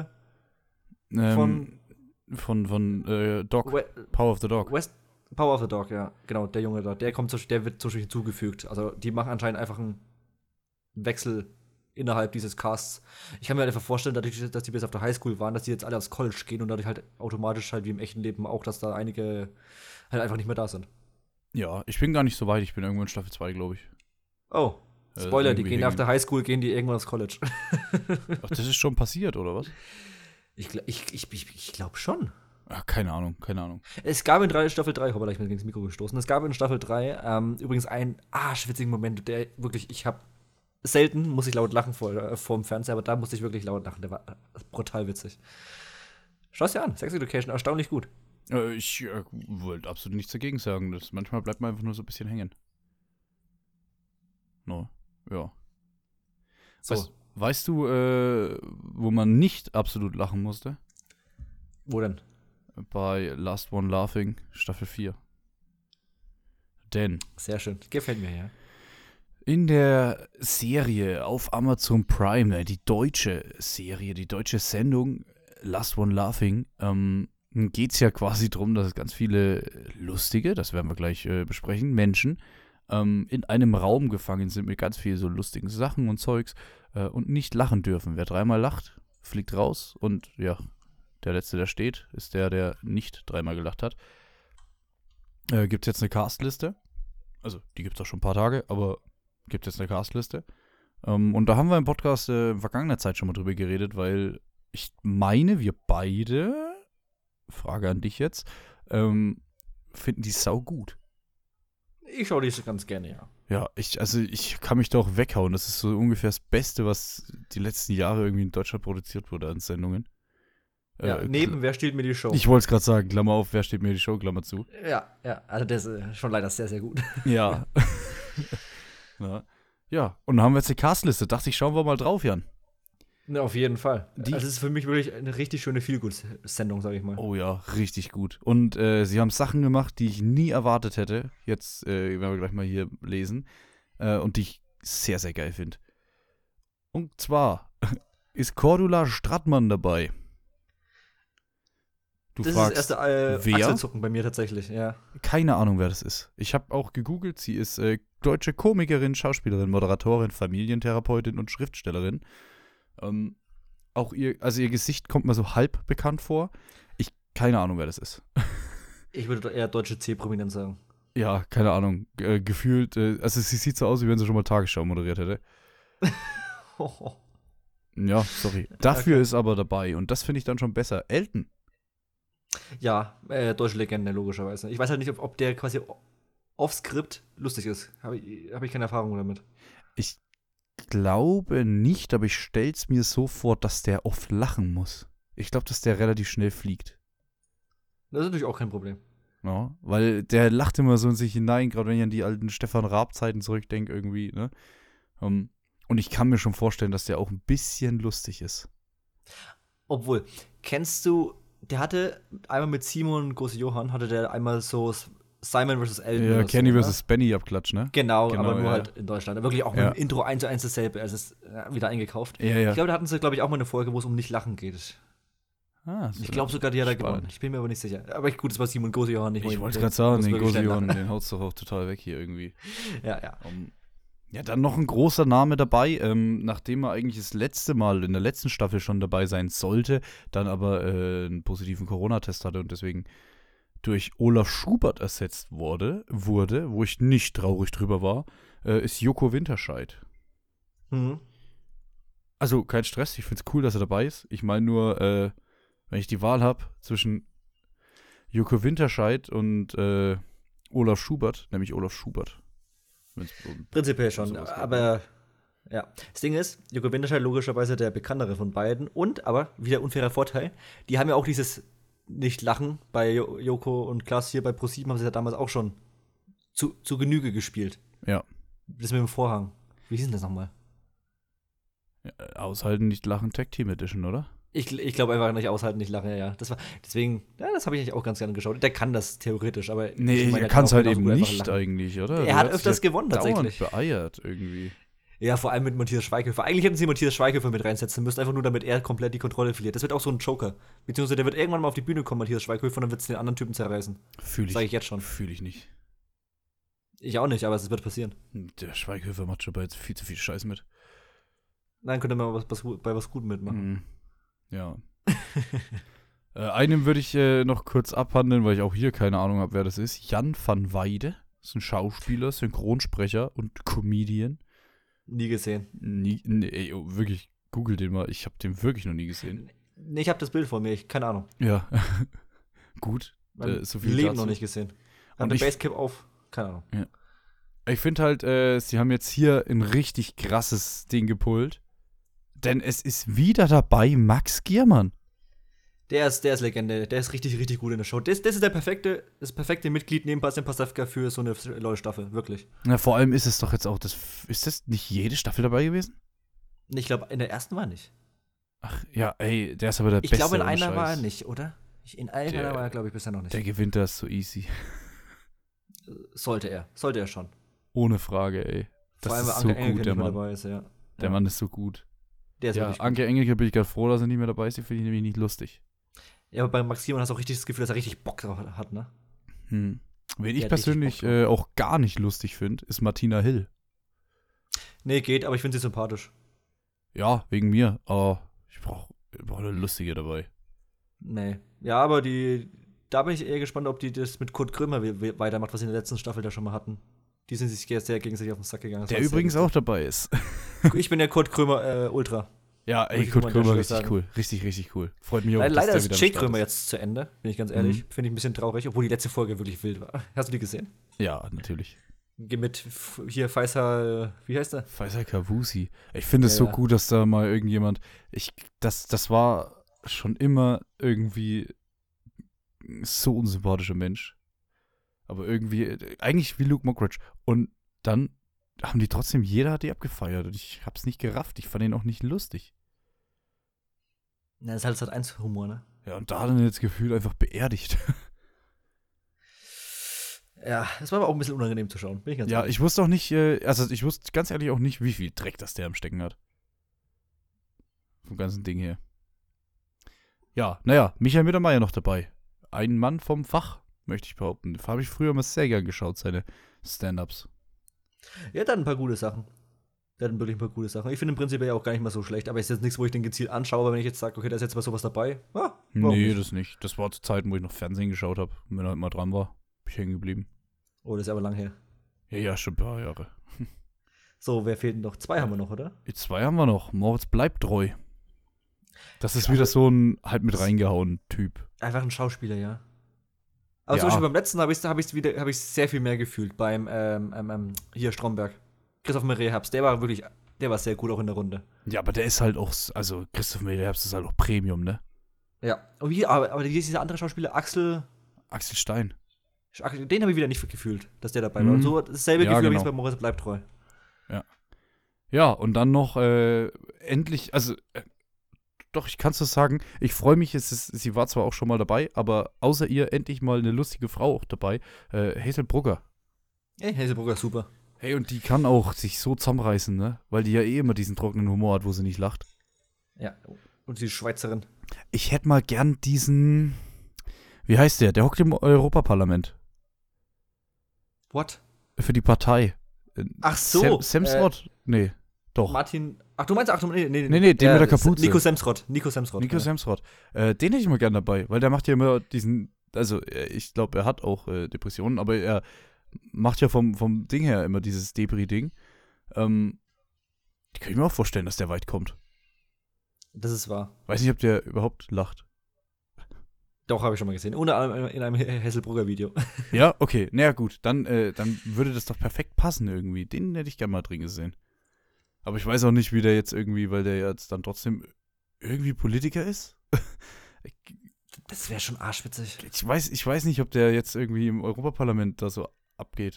Von Dog, We Power of the Dog. West Power of the Dog, ja. Genau, der Junge da. Der wird zum Beispiel hinzugefügt. Also die machen anscheinend einfach einen Wechsel innerhalb dieses Casts. Ich kann mir halt einfach vorstellen, dadurch, dass die bis auf der Highschool waren, dass die jetzt alle aufs College gehen und dadurch halt automatisch halt wie im echten Leben auch, dass da einige halt einfach nicht mehr da sind. Ja, ich bin gar nicht so weit. Ich bin irgendwo in Staffel 2, glaube ich. Oh, Spoiler, die irgendwie gehen nach hängen. der Highschool, gehen die irgendwann aufs College. Ach, das ist schon passiert, oder was? Ich glaube schon. Ach, keine Ahnung. Es gab in Staffel 3, hoppala, ich bin gegen das Mikro gestoßen. Es gab in Staffel 3 übrigens einen arschwitzigen Moment, der wirklich, selten muss ich laut lachen vor dem Fernseher, aber da musste ich wirklich laut lachen. Der war brutal witzig. Schau es dir an, Sex Education, erstaunlich gut. Ich wollte absolut nichts dagegen sagen. Manchmal bleibt man einfach nur so ein bisschen hängen. No, ja. So, Weißt du, wo man nicht absolut lachen musste? wo denn? Bei Last One Laughing, Staffel 4. Denn Sehr schön, gefällt mir, ja. in der Serie auf Amazon Prime, die deutsche Serie, die deutsche Sendung Last One Laughing, geht es ja quasi darum, dass ganz viele lustige, das werden wir gleich besprechen, Menschen in einem Raum gefangen sind mit ganz viel so lustigen Sachen und Zeugs und nicht lachen dürfen. Wer dreimal lacht, fliegt raus und ja, der Letzte, der steht, ist der nicht dreimal gelacht hat. Gibt es jetzt eine Castliste? Also, die gibt es auch schon ein paar Tage, aber gibt es jetzt eine Castliste? Und da haben wir im Podcast in vergangener Zeit schon mal drüber geredet, weil ich meine, wir beide, Frage an dich jetzt, finden die sau gut. Ich schaue die ganz gerne, ja. Ja, ich kann mich da auch weghauen. Das ist so ungefähr das Beste, was die letzten Jahre irgendwie in Deutschland produziert wurde an Sendungen. Ja, neben Wer stiehlt mir die Show? Ich wollte es gerade sagen, Klammer auf, wer steht mir die Show, Klammer zu. Ja, also das ist schon leider sehr, sehr gut. Ja. Ja, und dann haben wir jetzt die Castliste. Dachte ich, schauen wir mal drauf, Jan. Ne, auf jeden Fall. Die- Also es ist für mich wirklich eine richtig schöne Feelgood-Sendung, sag ich mal. Oh ja, richtig gut. Und sie haben Sachen gemacht, die ich nie erwartet hätte. Jetzt werden wir gleich mal hier lesen. Und die ich sehr, sehr geil finde. Und zwar ist Cordula Strattmann dabei. Du Das fragst, ist das erste wer? Achselzucken bei mir tatsächlich, ja. Keine Ahnung, wer das ist. Ich habe auch gegoogelt. Sie ist deutsche Komikerin, Schauspielerin, Moderatorin, Familientherapeutin und Schriftstellerin. auch ihr Gesicht kommt mir so halb bekannt vor. Keine Ahnung, wer das ist. Ich würde eher deutsche C-Prominenz sagen. Ja, keine Ahnung. Gefühlt, also sie sieht so aus, wie wenn sie schon mal Tagesschau moderiert hätte. Ja, sorry. Dafür ist aber dabei und das finde ich dann schon besser. Elton. Ja, deutsche Legende, logischerweise. Ich weiß halt nicht, ob der quasi off-Skript lustig ist. Hab ich keine Erfahrung damit. Ich glaube nicht, aber ich stell's mir so vor, dass der oft lachen muss. Ich glaube, dass der relativ schnell fliegt. Das ist natürlich auch kein Problem. Ja, weil der lacht immer so in sich hinein, gerade wenn ich an die alten Stefan Raab-Zeiten zurückdenke irgendwie, ne? Und ich kann mir schon vorstellen, dass der auch ein bisschen lustig ist. Obwohl, kennst du, der hatte einmal mit Simon Große Johann, hatte der einmal so Simon vs. Elton. Ja, Kenny so, vs. Benny Abklatsch, ne? Genau, aber nur ja. halt in Deutschland. Wirklich auch mit dem Intro 1:1 dasselbe. Es ist wieder eingekauft. Ja. Ich glaube, da hatten sie, glaube ich, auch mal eine Folge, wo es um Nicht-Lachen geht. Ich glaube sogar, die hat er gewonnen. Ich bin mir aber nicht sicher. Aber gut, das war Simon Große Johann nicht. Ich wollte gerade sagen, den Große Johann, den haut's doch auch total weg hier irgendwie. Ja. Ja, dann noch ein großer Name dabei, nachdem er eigentlich das letzte Mal in der letzten Staffel schon dabei sein sollte, dann aber einen positiven Corona-Test hatte und deswegen durch Olaf Schubert ersetzt wurde, wo ich nicht traurig drüber war, ist Joko Winterscheid. Mhm. Also kein Stress, ich finde es cool, dass er dabei ist. Ich meine nur, wenn ich die Wahl habe zwischen Joko Winterscheid und Olaf Schubert, nämlich Olaf Schubert. Prinzipiell schon, aber ja. Das Ding ist, Joko Winterscheid logischerweise der bekanntere von beiden und, aber wieder unfairer Vorteil, die haben ja auch dieses Nicht-Lachen bei Joko und Klaas hier bei ProSieben haben sie ja damals auch schon zu Genüge gespielt. Ja. Das mit dem Vorhang. Wie hieß denn das nochmal? Ja, aushalten, nicht lachen, Tag Team Edition, oder? Ich glaube einfach nicht aushalten, nicht lachen, ja. Deswegen, das habe ich eigentlich auch ganz gerne geschaut. Der kann das theoretisch, aber nee, er kann es halt eben nicht eigentlich, oder? Er hat öfters gewonnen, tatsächlich. Beeiert irgendwie. Ja, vor allem mit Matthias Schweighöfer. Eigentlich hätten sie Matthias Schweighöfer mit reinsetzen müssen, einfach nur damit er komplett die Kontrolle verliert. Das wird auch so ein Joker. Beziehungsweise der wird irgendwann mal auf die Bühne kommen, Matthias Schweighöfer, und dann wird es den anderen Typen zerreißen. Sag ich jetzt schon. Fühle ich nicht. Ich auch nicht, aber es wird passieren. Der Schweighöfer macht schon bald viel zu viel Scheiß mit. Nein, könnte man bei was Gutem mitmachen. Ja. Einem würde ich noch kurz abhandeln, weil ich auch hier keine Ahnung habe, wer das ist. Jan van Weide. Das ist ein Schauspieler, Synchronsprecher und Comedian. Nie gesehen. Wirklich, google den mal. Ich habe den wirklich noch nie gesehen. Nee, ich habe das Bild vor mir. Keine Ahnung. Ja. Gut. So viel Leben noch nicht gesehen. Hat eine Basecap auf. Keine Ahnung. Ja. Ich finde halt, sie haben jetzt hier ein richtig krasses Ding gepult. Denn es ist wieder dabei Max Giermann. Der ist Legende. Der ist richtig, richtig gut in der Show. Das ist das perfekte Mitglied neben Bastian Pastewka für so eine neue Staffel. Wirklich. Na, vor allem ist es doch jetzt auch ist das nicht jede Staffel dabei gewesen? Ich glaube, in der ersten war er nicht. Ach, ja, ey, der ist aber der Beste. Ich glaube, in einer war er nicht, oder? In einer war er, glaube ich, bisher noch nicht. Der gewinnt das so easy. Sollte er schon. Ohne Frage, ey. Vor allem, weil Anke Engelke nicht mehr dabei ist, ja. Der Mann ist so gut. Der ist wirklich gut. Anke Engelke bin ich gerade froh, dass er nicht mehr dabei ist. Die finde ich nämlich nicht lustig. Ja, aber bei Max Giermann hast du auch richtig das Gefühl, dass er richtig Bock drauf hat, ne? Wen ich persönlich auch gar nicht lustig finde, ist Martina Hill. Nee, geht, aber ich finde sie sympathisch. Ja, wegen mir. Aber ich brauch eine lustige dabei. Nee. Ja, aber da bin ich eher gespannt, ob die das mit Kurt Krömer weitermacht, was sie in der letzten Staffel da schon mal hatten. Die sind sich sehr gegenseitig auf den Sack gegangen. Der übrigens auch dabei ist. Ich bin der Kurt Krömer Ultra. Ja, ey, Kurt Krömer richtig cool. Richtig, richtig cool. Freut mich auch, leider ist Jay Krömer jetzt zu Ende, bin ich ganz ehrlich. Finde ich ein bisschen traurig, obwohl die letzte Folge wirklich wild war. Hast du die gesehen? Ja, natürlich. Mit hier Faisal, wie heißt der? Faisal Kavusi. Ich finde es so gut, dass da mal irgendjemand, das war schon immer irgendwie so unsympathischer Mensch. Aber irgendwie, eigentlich wie Luke Mockridge. Und dann haben die trotzdem, jeder hat die abgefeiert. Und ich hab's nicht gerafft. Ich fand ihn auch nicht lustig. Na, das ist halt Sat.1-Humor, ne? Ja, und da hat er jetzt Gefühl einfach beerdigt. Ja, das war aber auch ein bisschen unangenehm zu schauen. Bin ich ganz ehrlich. Ich wusste auch nicht, ich wusste ganz ehrlich auch nicht, wie viel Dreck das der am Stecken hat. Vom ganzen Ding her. Ja, naja, Michael Mittermeier noch dabei. Ein Mann vom Fach, möchte ich behaupten. Habe ich früher mal sehr gern geschaut, seine Stand-Ups. Ja, dann ein paar gute Sachen. Der hat wirklich ein paar gute Sachen. Ich finde im Prinzip ja auch gar nicht mal so schlecht, aber es ist jetzt nichts, wo ich den gezielt anschaue, aber wenn ich jetzt sage, okay, da ist jetzt mal sowas dabei, warum Nee, nicht? das nicht. Das war zu Zeiten, wo ich noch Fernsehen geschaut habe. Und wenn er halt mal dran war, bin ich hängen geblieben. Oh, das ist aber lang her. Ja, schon ein paar Jahre. So, wer fehlt denn noch? Zwei haben wir noch, oder? Die zwei haben wir noch. Moritz bleibt treu. Das ist wieder so ein halt mit reingehauen Typ. Einfach ein Schauspieler, ja. Aber Ja. zum Beispiel beim letzten habe ich sehr viel mehr gefühlt. Beim, hier Stromberg. Christoph Maria Herbst, der war sehr gut auch in der Runde. Ja, aber der ist halt auch, also Christoph Maria Herbst ist halt auch Premium, ne? Ja. Aber hier ist dieser andere Schauspieler, Axel Stein. Den habe ich wieder nicht gefühlt, dass der dabei war. Mhm. Und so dasselbe Ja, Gefühl habe ich genau. jetzt bei Moritz bleibt treu. Ja, und dann noch endlich, also doch, ich kann es so sagen, ich freue mich, sie war zwar auch schon mal dabei, aber außer ihr endlich mal eine lustige Frau auch dabei, Hazel Brugger. Ey, Hazelbrugger, super. Hey, und die kann auch sich so zusammenreißen, ne? Weil die ja eh immer diesen trockenen Humor hat, wo sie nicht lacht. Ja. Und die Schweizerin. Ich hätte mal gern diesen, wie heißt der? Der hockt im Europaparlament. What? Für die Partei. Ach so. Semsrott? Nee, doch. Martin. Ach, du meinst, nee, Nee, den mit der Kapuze. Nico Semsrott. Nico Semsrott. Den hätte ich mal gern dabei, weil der macht ja immer diesen, also ich glaube, er hat auch Depressionen, aber er macht ja vom Ding her immer dieses Depri-Ding. Die kann ich mir auch vorstellen, dass der weit kommt. Das ist wahr. Weiß nicht, ob der überhaupt lacht. Doch, habe ich schon mal gesehen. Unter anderem in einem Hazelbrugger-Video. Ja, okay. Naja, gut. Dann würde das doch perfekt passen irgendwie. Den hätte ich gerne mal drin gesehen. Aber ich weiß auch nicht, wie der jetzt irgendwie, weil der jetzt dann trotzdem irgendwie Politiker ist. Das wäre schon arschwitzig. Ich weiß nicht, ob der jetzt irgendwie im Europaparlament da so abgeht.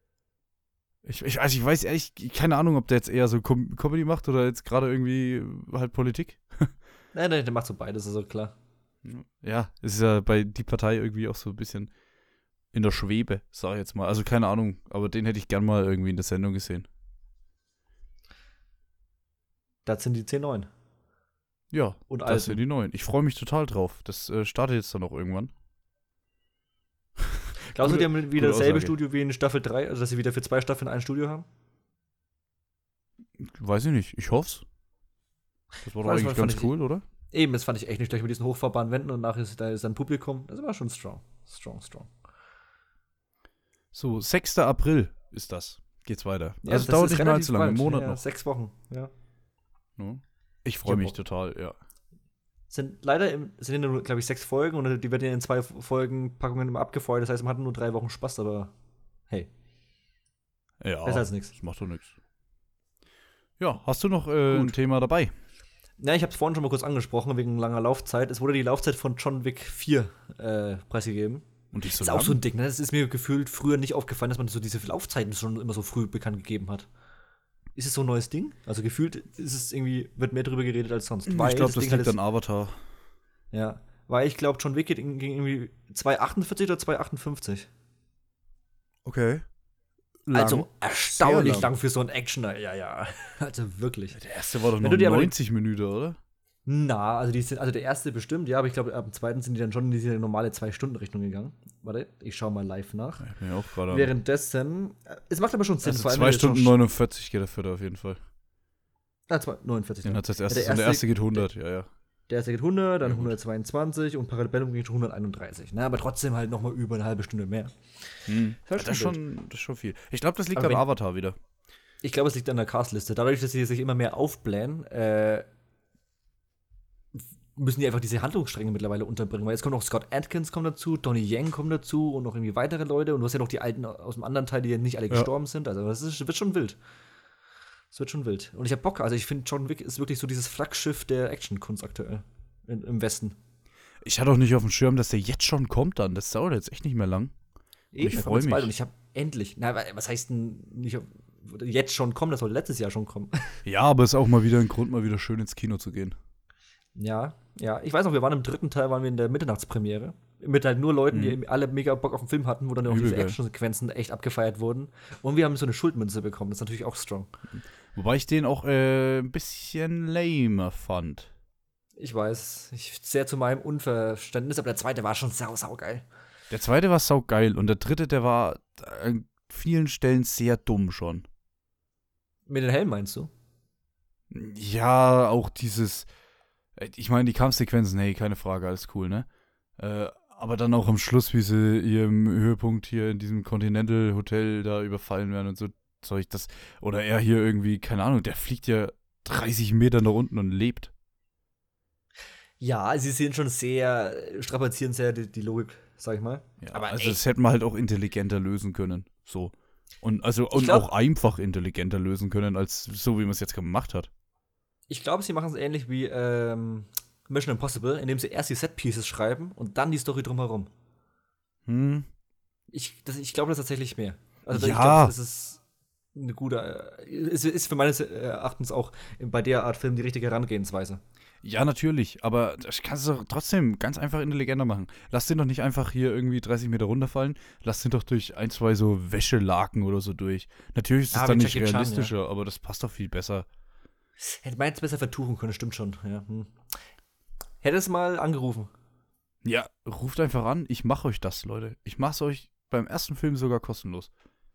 Ich weiß ehrlich, keine Ahnung, ob der jetzt eher so Comedy macht oder jetzt gerade irgendwie halt Politik. Nein, der macht so beides, ist so klar. Ja, es ist ja bei die Partei irgendwie auch so ein bisschen in der Schwebe, sag ich jetzt mal. Also keine Ahnung, aber den hätte ich gern mal irgendwie in der Sendung gesehen. Das sind die 10-9. Ja, Und das Alten. sind die neuen. Ich freue mich total drauf. Das startet jetzt dann auch irgendwann. Glaubst du, die haben wieder gute dasselbe Aussage. Studio wie in Staffel 3? Also, dass sie wieder für 2 Staffeln ein Studio haben? Weiß ich nicht, ich hoff's. Das war doch Das eigentlich fand ganz ich- cool, oder? Eben, das fand ich echt nicht gleich mit diesen hochfahrbaren Wänden und nachher ist dann Publikum. Das war schon strong. Strong. So, 6. April ist das. Geht's weiter. Ja, also das dauert ist nicht mehr relativ allzu lange, bald. einen Monat Ja, noch. 6 Wochen, ja. Ja. Ich freue mich Bock. total, ja. Sind ja nur, glaube ich, 6 Folgen und die werden ja in 2 Folgenpackungen immer abgefeuert. Das heißt, man hat nur 3 Wochen Spaß, aber hey, Ja, besser als nichts. das macht doch nichts. Ja, hast du noch ein Thema dabei? Ja, ich habe es vorhin schon mal kurz angesprochen, wegen langer Laufzeit. Es wurde die Laufzeit von John Wick 4 preisgegeben. Und die Das ist auch so ein Ding, ne? Das ist mir gefühlt früher nicht aufgefallen, dass man so diese Laufzeiten schon immer so früh bekannt gegeben hat. Ist es so ein neues Ding? Also gefühlt ist es irgendwie, wird mehr drüber geredet als sonst. Ich glaube, das Ding liegt hat an Avatar. ja, weil ich glaube, John Wick ging irgendwie 2,48 oder 2,58. Okay. Also erstaunlich Sehr lang für so einen Actioner. Ja. Also wirklich. Der erste war doch Wenn noch du dir aber 90 Minuten, oder? Na, also der erste bestimmt, ja, aber ich glaube, ab dem zweiten sind die dann schon in diese normale 2-Stunden-Richtung gegangen. Warte, ich schau mal live nach. Ich bin ja auch gerade am- Währenddessen, es macht aber schon Sinn, Also vor allem, 2 wenn du Stunden jetzt 49 geht dafür da auf jeden Fall. noch- 49. Den hat das erste, der der erste geht 100, ja. Der erste geht 100, dann Ja, gut. 122 und Parabellum geht 131. Na, aber trotzdem halt noch mal über eine halbe Stunde mehr. Das ist schon viel. Ich glaube, das liegt Aber an wenn- Avatar wieder. Ich glaube, es liegt an der Castliste. Dadurch, dass sie sich immer mehr aufblähen, müssen die einfach diese Handlungsstränge mittlerweile unterbringen. Weil jetzt kommt noch Scott Adkins kommt dazu, Donnie Yen kommt dazu und noch irgendwie weitere Leute. Und du hast ja noch die Alten aus dem anderen Teil, die ja nicht alle gestorben sind. Also wird schon wild. Es wird schon wild. Und ich habe Bock. Also ich finde, John Wick ist wirklich so dieses Flaggschiff der Actionkunst aktuell im Westen. Ich hatte auch nicht auf dem Schirm, dass der jetzt schon kommt dann. Das dauert jetzt echt nicht mehr lang. Eben, ich der freu kommt jetzt mich. bald. Und ich habe endlich, na, was heißt denn nicht jetzt schon kommen? Das sollte letztes Jahr schon kommen. Ja, aber ist auch mal wieder ein Grund, mal wieder schön ins Kino zu gehen. Ja. Ich weiß noch, wir waren im 3. Teil, waren wir in der Mitternachtspremiere. Mit halt nur Leuten, die alle mega Bock auf den Film hatten, wo dann auch Übel diese geil. Actionsequenzen echt abgefeiert wurden. Und wir haben so eine Schuldmünze bekommen. Das ist natürlich auch strong. Wobei ich den auch ein bisschen lamer fand. Ich weiß, sehr zu meinem Unverständnis, aber der zweite war schon saugeil. Der zweite war saugeil und der dritte, der war an vielen Stellen sehr dumm schon. Mit den Helmen meinst du? Ja, auch dieses, ich meine, die Kampfsequenzen, hey, keine Frage, alles cool, ne? Aber dann auch am Schluss, wie sie hier im Höhepunkt hier in diesem Continental Hotel da überfallen werden und so Zeug, das, oder er hier irgendwie, keine Ahnung, der fliegt ja 30 Meter nach unten und lebt. Ja, sie sind schon sehr, strapazieren sehr die Logik, sag ich mal. Ja, Aber also ey, das hätte man halt auch intelligenter lösen können, so. Und also ich und glaube, auch einfach intelligenter lösen können, als so, wie man es jetzt gemacht hat. sie machen es ähnlich wie Mission Impossible, indem sie erst die Set-Pieces schreiben und dann die Story drumherum. Hm. Ich glaube das tatsächlich mehr. Also ich glaube, Ja, das ist eine gute, es ist für meines Erachtens auch bei der Art Film die richtige Herangehensweise. ja, natürlich, aber das kannst du doch trotzdem ganz einfach intelligenter machen. Lass den doch nicht einfach hier irgendwie 30 Meter runterfallen, lass den doch durch ein, zwei so Wäschelaken oder so durch. Natürlich ist es Ja, dann wie nicht Jackie Chan, realistischer, aber das passt doch viel besser. Hätte man jetzt besser vertuchen können, stimmt schon. Ja. Hätte es mal angerufen. Ja, ruft einfach an, ich mache euch das, Leute. Ich mach's euch beim ersten Film sogar kostenlos.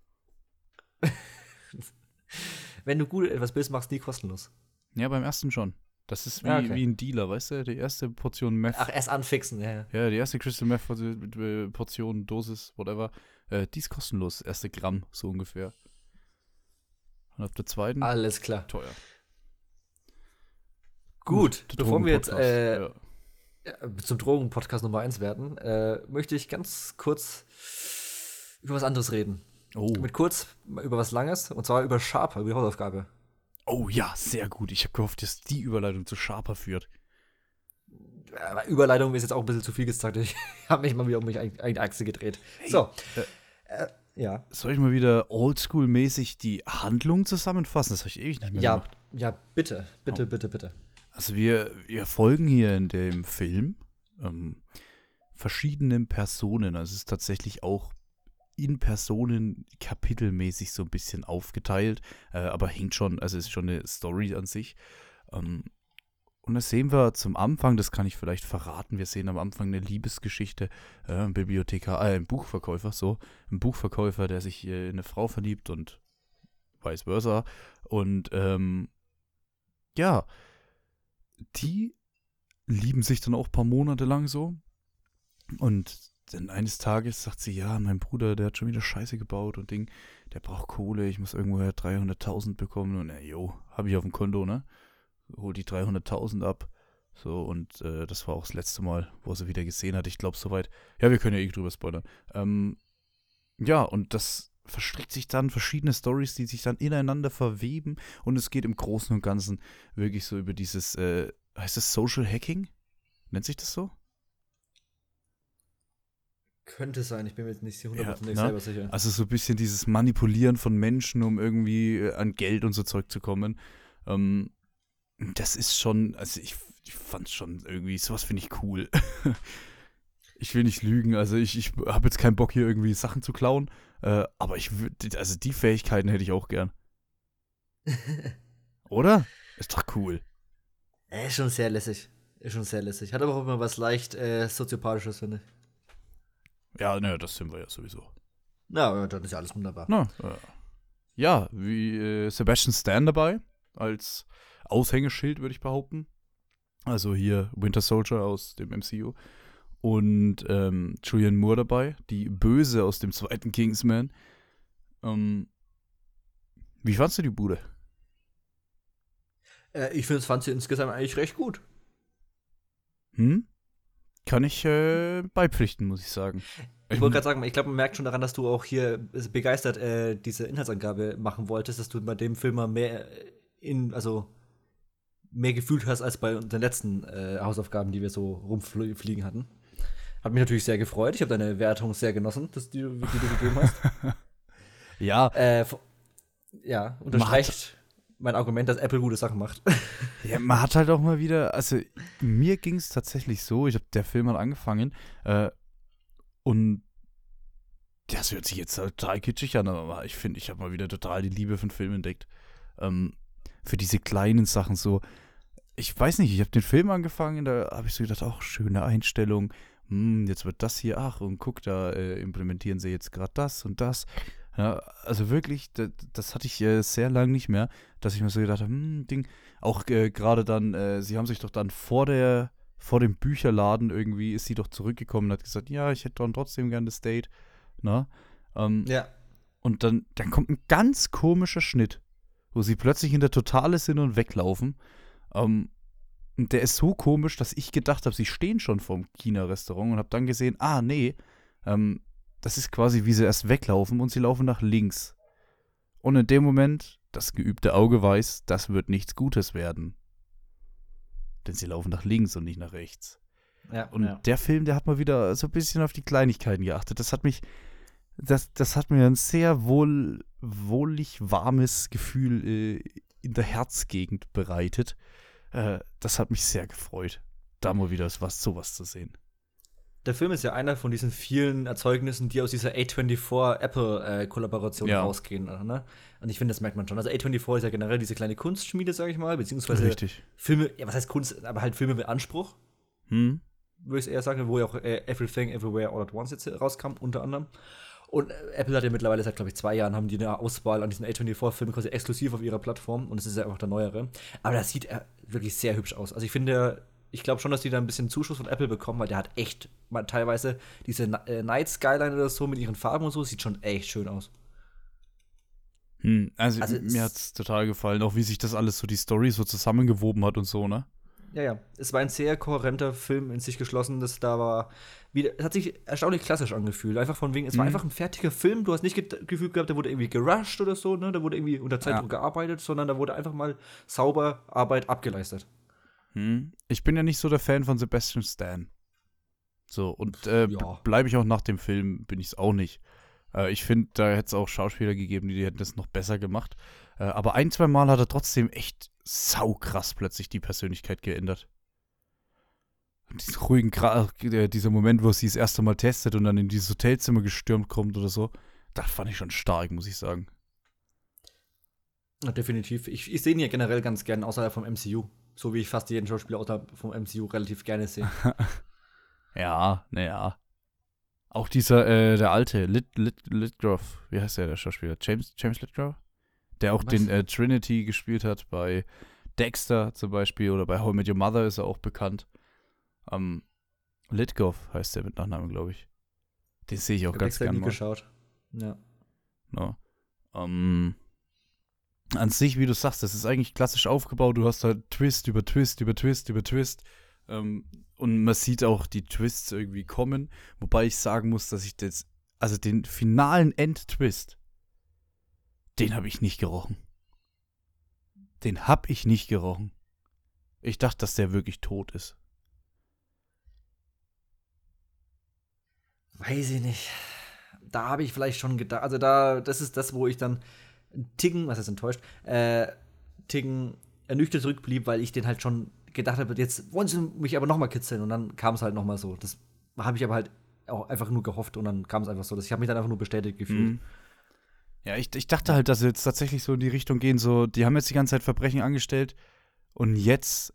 Wenn du gut etwas bist, machst du nie kostenlos. Ja, beim ersten schon. Das ist wie, Ja, okay. wie ein Dealer, weißt du? Die erste Portion Meth. Ach, erst anfixen, ja. Ja, die erste Crystal Meth Portion, Dosis, whatever. Die ist kostenlos. Das erste Gramm, so ungefähr. Und auf der zweiten Alles klar. teuer. Gut, der bevor wir jetzt Drogenpodcast, zum Drogen-Podcast Nummer 1 werden, möchte ich ganz kurz über was anderes reden. Oh. Mit kurz über was Langes, und zwar über Sharper, über die Hausaufgabe. Oh ja, sehr gut. Ich habe gehofft, dass die Überleitung zu Sharper führt. Aber Überleitung ist jetzt auch ein bisschen zu viel gesagt. Ich habe mich mal wieder um mich eine Achse gedreht. Hey, So. Ja. Soll ich mal wieder oldschool-mäßig die Handlung zusammenfassen? Das habe ich ewig nicht mehr Ja, gemacht. ja, bitte. Bitte, bitte, bitte. Also wir folgen hier in dem Film verschiedenen Personen. Also es ist tatsächlich auch in Personen kapitelmäßig so ein bisschen aufgeteilt, aber hängt schon, also ist schon eine Story an sich. Und das sehen wir zum Anfang, das kann ich vielleicht verraten, wir sehen am Anfang eine Liebesgeschichte, ein ein Buchverkäufer, ein Buchverkäufer, der sich in eine Frau verliebt und vice versa. Und ja, die lieben sich dann auch ein paar Monate lang so. Und dann eines Tages sagt sie, ja, mein Bruder, der hat schon wieder Scheiße gebaut und Ding, der braucht Kohle, ich muss irgendwoher 300.000 bekommen. Und hab ich auf dem Konto, ne? Hol die 300.000 ab. So, und das war auch das letzte Mal, wo er sie wieder gesehen hat. Ich glaube, soweit. Ja, wir können ja drüber spoilern. Ja, und das verstrickt sich dann verschiedene Storys, die sich dann ineinander verweben. Und es geht im Großen und Ganzen wirklich so über dieses, heißt das Social Hacking? Nennt sich das so? Könnte sein, ich bin mir jetzt nicht 100% Ja, selber sicher. Also so ein bisschen dieses Manipulieren von Menschen, um irgendwie an Geld und so Zeug zu kommen. Das ist schon, also ich fand schon irgendwie, sowas finde ich cool. Ich will nicht lügen, also ich habe jetzt keinen Bock hier irgendwie Sachen zu klauen, aber ich würde, also die Fähigkeiten hätte ich auch gern. Oder? Ist doch cool. Ist schon sehr lässig. Ist schon sehr lässig. Hat aber auch immer was leicht Soziopathisches, finde ich. Ja, ne, das sind wir ja sowieso. Na, dann ist ja alles wunderbar. Na, ja, wie Sebastian Stan dabei, als Aushängeschild, würde ich behaupten. Also hier Winter Soldier aus dem MCU. Und Julianne Moore dabei, die Böse aus dem zweiten Kingsman. Wie fandst du die Bude? Ich fand sie insgesamt eigentlich recht gut. Kann ich beipflichten, muss ich sagen. Ich wollte gerade sagen, ich glaube, man merkt schon daran, dass du auch hier begeistert diese Inhaltsangabe machen wolltest, dass du bei dem Film mal mehr mehr gefühlt hast als bei den letzten Hausaufgaben, die wir so rumfliegen hatten. Hat mich natürlich sehr gefreut. Ich habe deine Wertung sehr genossen, die du gegeben hast. Ja. Ja, unterstreicht mein Argument, dass Apple gute Sachen macht. Ja, man hat halt auch mal wieder, also mir ging es tatsächlich so, der Film hat angefangen und das hört sich jetzt halt total kitschig an, aber ich finde, ich habe mal wieder total die Liebe für den Film entdeckt. Für diese kleinen Sachen so. Ich weiß nicht, ich habe den Film angefangen, da habe ich so gedacht, auch schöne Einstellung. Jetzt wird das hier, und guck, da implementieren sie jetzt gerade das und das. Ja, also wirklich, das hatte ich sehr lang nicht mehr, dass ich mir so gedacht habe, Ding, auch gerade dann, sie haben sich doch dann vor dem Bücherladen irgendwie, ist sie doch zurückgekommen und hat gesagt, ja, ich hätte dann trotzdem gerne das Date, ne? Ähm, Ja. und dann kommt ein ganz komischer Schnitt, wo sie plötzlich in der Totale sind und weglaufen. Und der ist so komisch, dass ich gedacht habe, sie stehen schon vorm China-Restaurant und habe dann gesehen, nee, ähm, das ist quasi, wie sie erst weglaufen und sie laufen nach links. Und in dem Moment, das geübte Auge weiß, das wird nichts Gutes werden. Denn sie laufen nach links und nicht nach rechts. Ja, Und ja. der Film, der hat mal wieder so ein bisschen auf die Kleinigkeiten geachtet. Das hat mir ein sehr wohlig warmes Gefühl in der Herzgegend bereitet. Das hat mich sehr gefreut, da mal wieder sowas zu sehen. Der Film ist ja einer von diesen vielen Erzeugnissen, die aus dieser A24-Apple-Kollaboration Ja. rausgehen. Ne? Und ich finde, das merkt man schon. Also A24 ist ja generell diese kleine Kunstschmiede, sage ich mal, beziehungsweise Richtig. Filme, ja, was heißt Kunst, aber halt Filme mit Anspruch, würde ich eher sagen, wo ja auch Everything, Everywhere, All at Once jetzt rauskam, unter anderem. Und Apple hat ja mittlerweile seit, glaube ich, 2 Jahren haben die eine Auswahl an diesen A24-Filmen quasi exklusiv auf ihrer Plattform. Und das ist ja einfach der neuere. Aber das sieht wirklich sehr hübsch aus. Also ich glaube schon, dass die da ein bisschen Zuschuss von Apple bekommen, weil der hat echt mal teilweise diese Night Skyline oder so mit ihren Farben und so, sieht schon echt schön aus. Also Also mir hat es total gefallen, auch wie sich das alles so, die Story so zusammengewoben hat und so, ne? ja. Es war ein sehr kohärenter Film in sich geschlossen. Es hat sich erstaunlich klassisch angefühlt. Einfach von wegen, es war einfach ein fertiger Film. Du hast nicht Gefühl gehabt, der wurde irgendwie gerusht oder so, ne? Da wurde irgendwie unter Zeitdruck gearbeitet, sondern da wurde einfach mal sauber Arbeit abgeleistet. Ich bin ja nicht so der Fan von Sebastian Stan. So, und Ja. bleibe ich auch nach dem Film, bin ich es auch nicht. Ich finde, da hätte es auch Schauspieler gegeben, die hätten das noch besser gemacht. Aber ein, zwei Mal hat er trotzdem echt saukrass plötzlich die Persönlichkeit geändert. Und diesen ruhigen, dieser Moment, wo sie das erste Mal testet und dann in dieses Hotelzimmer gestürmt kommt oder so, das fand ich schon stark, muss ich sagen. Ja, definitiv. Ich sehe ihn ja generell ganz gern außerhalb vom MCU. So wie ich fast jeden Schauspieler außerhalb vom MCU relativ gerne sehe. Ja, naja. Auch der alte, Lithgow, wie heißt der Schauspieler? James Lithgow? Der auch Was? den Trinity gespielt hat bei Dexter zum Beispiel oder bei How I Met Your Mother ist er auch bekannt. Lithgow heißt der mit Nachnamen, glaube ich. Den sehe ich auch ganz Dexter gerne nie mal. geschaut. Ja. No. An sich, wie du sagst, das ist eigentlich klassisch aufgebaut. Du hast halt Twist über Twist über Twist über Twist. Und man sieht auch die Twists irgendwie kommen. Wobei ich sagen muss, dass ich also den finalen Endtwist, den habe ich nicht gerochen. Den habe ich nicht gerochen. Ich dachte, dass der wirklich tot ist. Weiß ich nicht. Da habe ich vielleicht schon gedacht, also das ist das, wo ich dann einen Ticken, was heißt enttäuscht, Ticken ernüchtert zurückblieb, weil ich den halt schon gedacht habe, jetzt wollen sie mich aber nochmal kitzeln und dann kam es halt nochmal so. Das habe ich aber halt auch einfach nur gehofft und dann kam es einfach so. Ich habe mich dann einfach nur bestätigt gefühlt. Ja, ich dachte halt, dass sie jetzt tatsächlich so in die Richtung gehen, so, die haben jetzt die ganze Zeit Verbrechen angestellt und jetzt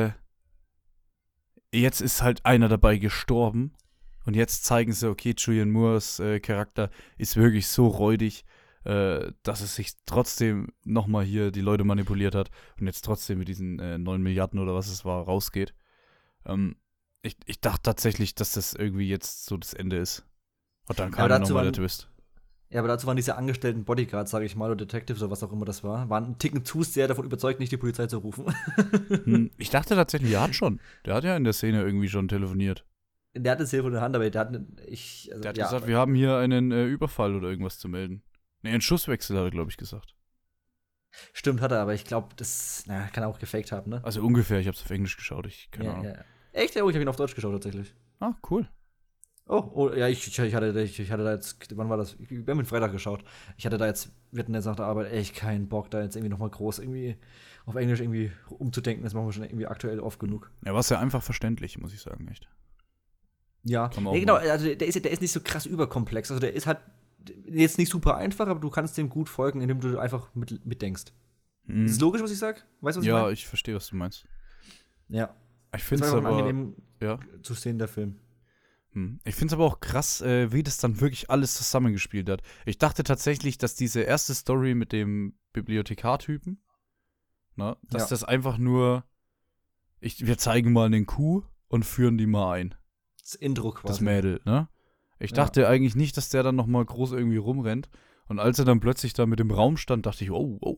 ist halt einer dabei gestorben und jetzt zeigen sie, okay, Julianne Moores Charakter ist wirklich so räudig, dass es sich trotzdem nochmal hier die Leute manipuliert hat und jetzt trotzdem mit diesen 9 Milliarden oder was es war, rausgeht. Ich dachte tatsächlich, dass das irgendwie jetzt so das Ende ist. Und dann kam nochmal der Twist. Ja, aber dazu waren diese angestellten Bodyguards, sage ich mal, oder Detectives oder was auch immer das waren einen Ticken zu sehr davon überzeugt, nicht die Polizei zu rufen. Ich dachte tatsächlich, er hat schon. Der hat ja in der Szene irgendwie schon telefoniert. Der hat das Telefon in der Hand, aber der hat gesagt, wir haben hier einen Überfall oder irgendwas zu melden. Nee, einen Schusswechsel hat er, glaube ich, gesagt. Stimmt, hat er, aber ich glaube, das kann er auch gefaked haben, ne? Also ungefähr, ich habe es auf Englisch geschaut, keine Ahnung. Ja. Echt? Ja, ich habe ihn auf Deutsch geschaut, tatsächlich. Ah, cool. Oh, ja, ich hatte da jetzt, wann war das? Wir haben ihn Freitag geschaut. Wir hatten jetzt nach der Arbeit echt keinen Bock, da jetzt irgendwie nochmal groß irgendwie auf Englisch irgendwie umzudenken. Das machen wir schon irgendwie aktuell oft genug. Ja, war es ja einfach verständlich, muss ich sagen, echt. Ja, genau, also der ist nicht so krass überkomplex. Also der ist halt jetzt nicht super einfach, aber du kannst dem gut folgen, indem du einfach mitdenkst. Ist es logisch, was ich sag? Weißt du, was ich meine? Ja, ich verstehe, was du meinst. Ja. Ich finde es aber angenehm ja. zu sehen, der Film. Ich finde es aber auch krass, wie das dann wirklich alles zusammengespielt hat. Ich dachte tatsächlich, dass diese erste Story mit dem Bibliothekartypen, dass das einfach nur, wir zeigen mal einen Kuh und führen die mal ein. Das Intro quasi. Das Mädel, ne? Ich dachte eigentlich nicht, dass der dann noch mal groß irgendwie rumrennt. Und als er dann plötzlich da mit dem Raum stand, dachte ich,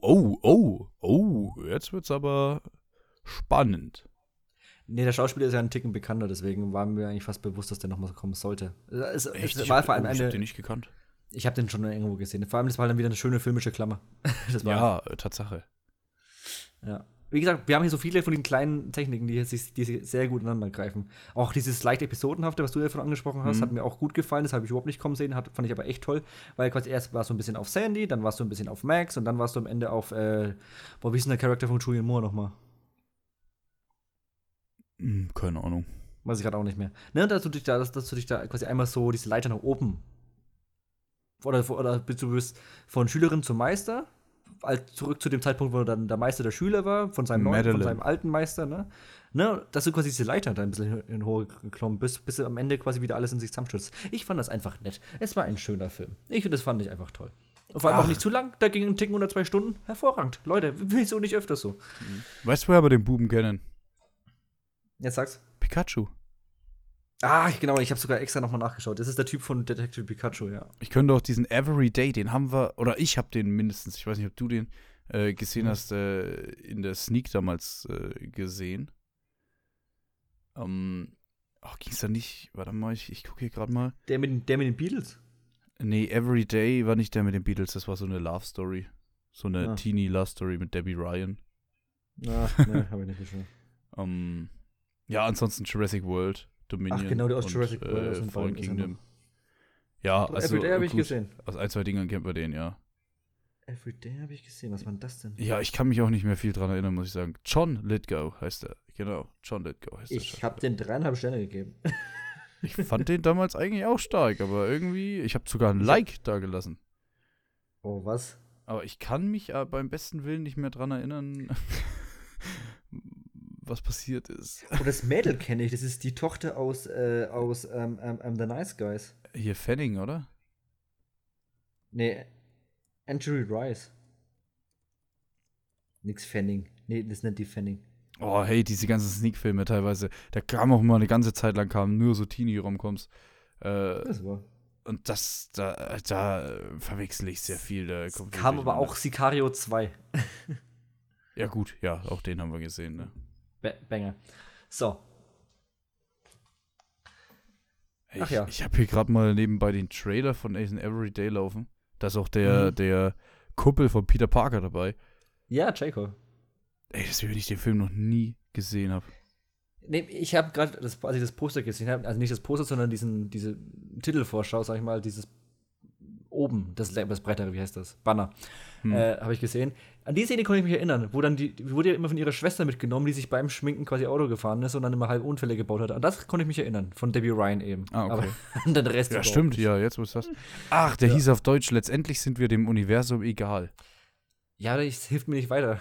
jetzt wird's aber spannend. Nee, der Schauspieler ist ja einen Ticken bekannter, deswegen war mir eigentlich fast bewusst, dass der nochmal kommen sollte. Echt? Es war vor allem ich hab den nicht gekannt. Ich habe den schon irgendwo gesehen. Vor allem, das war dann wieder eine schöne filmische Klammer. Tatsache. Ja. Wie gesagt, wir haben hier so viele von den kleinen Techniken, die sich sehr gut ineinander greifen. Auch dieses leicht Episodenhafte, was du ja von angesprochen hast, hat mir auch gut gefallen. Das habe ich überhaupt nicht kommen sehen, fand ich aber echt toll. Weil quasi erst warst du ein bisschen auf Sandy, dann warst du ein bisschen auf Max und dann warst du am Ende auf, wie ist denn der Charakter von Julian Moore nochmal? Keine Ahnung. Weiß ich gerade auch nicht mehr. Ne, dass du dich da quasi einmal so diese Leiter nach oben oder du bist von Schülerin zum Meister, zurück zu dem Zeitpunkt, wo dann der Meister der Schüler war, von seinem alten Meister, ne? Dass du quasi diese Leiter da ein bisschen in hoch geklommen bist, bis am Ende quasi wieder alles in sich zusammenstürzt. Ich fand das einfach nett. Es war ein schöner Film. Das fand ich einfach toll. Und vor allem auch nicht zu lang, da ging ein Ticken unter 2 Stunden. Hervorragend. Leute, wieso nicht öfters so? Weißt du, woher wir den Buben kennen? Jetzt sag's. Pikachu. Genau, ich habe sogar extra nochmal nachgeschaut. Das ist der Typ von Detective Pikachu, ja. Ich könnte auch diesen Everyday, den haben wir, oder ich habe den mindestens, ich weiß nicht, ob du den gesehen hast, in der Sneak damals gesehen. Ging's da nicht, warte mal, ich gucke hier gerade mal. Der mit den Beatles? Nee, Everyday war nicht der mit den Beatles, das war so eine Love Story. So eine Teenie Love Story mit Debbie Ryan. Ne, habe ich nicht geschaut. Ja, ansonsten Jurassic World, Dominion. Genau, der aus Jurassic World. Fallen Kingdom. Ja, also Everyday habe ich gesehen. Aus 1, 2 Dingern kennt man den, ja. Everyday habe ich gesehen. Was war denn das denn? Ja, ich kann mich auch nicht mehr viel dran erinnern, muss ich sagen. John Lithgow heißt er. Genau, John Lithgow heißt er. Ich habe den 3,5 Sterne gegeben. Ich fand den damals eigentlich auch stark, aber irgendwie, ich habe sogar ein Like da gelassen. Oh, was? Aber ich kann mich beim besten Willen nicht mehr dran erinnern, was passiert ist. Oh, das Mädel kenne ich. Das ist die Tochter aus The Nice Guys. Hier Fanning, oder? Nee, Angie Rice. Nix Fanning. Nee, das nennt die Fanning. Oh, hey, diese ganzen Sneak-Filme teilweise. Da kam auch mal eine ganze Zeit lang nur so Teenie-Romcoms. Das war. Und da verwechsel ich sehr viel. Kam aber auch Sicario 2. Ja, gut, ja, auch den haben wir gesehen, ne? Banger. So. Ich habe hier gerade mal nebenbei den Trailer von Nathan Everyday laufen. Da ist auch der Kumpel von Peter Parker dabei. Ja, Jacob. Ey, das ist, wenn ich den Film noch nie gesehen habe. Nee, ich habe gerade, als ich das Poster gesehen habe, also nicht das Poster, sondern diese Titelvorschau, sag ich mal, dieses oben, das breitere, wie heißt das? Banner. Habe ich gesehen. An die Szene konnte ich mich erinnern, wo dann die wurde ja immer von ihrer Schwester mitgenommen, die sich beim Schminken quasi Auto gefahren ist und dann immer halb Unfälle gebaut hat. An das konnte ich mich erinnern, von Debbie Ryan eben. Okay. Aber an den Rest ja, stimmt, ja, jetzt muss das. Ach, der hieß auf Deutsch, letztendlich sind wir dem Universum egal. Ja, das hilft mir nicht weiter.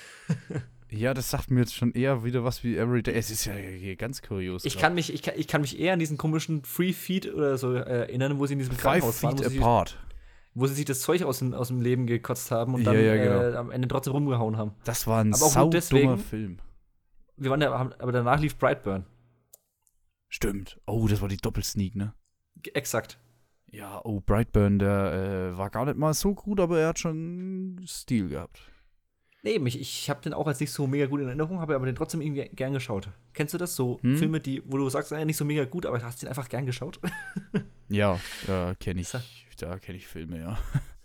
Ja, das sagt mir jetzt schon eher wieder was wie Everyday. Es ist ja hier ganz kurios. Ich kann mich eher an diesen komischen Free Feed oder so erinnern, wo sie in diesem Krankenhaus waren, wo sie sich das Zeug aus dem Leben gekotzt haben und dann genau. Am Ende trotzdem rumgehauen haben. Das war ein saudummer Film. Aber danach lief Brightburn. Stimmt. Oh, das war die Doppelsneak, ne? Exakt. Ja, Brightburn, der war gar nicht mal so gut, aber er hat schon Stil gehabt. Nee, ich habe den auch als nicht so mega gut in Erinnerung, habe aber den trotzdem irgendwie gern geschaut. Kennst du das? So Filme, wo du sagst, nicht so mega gut, aber hast den einfach gern geschaut? Ja, da kenne ich Filme, ja.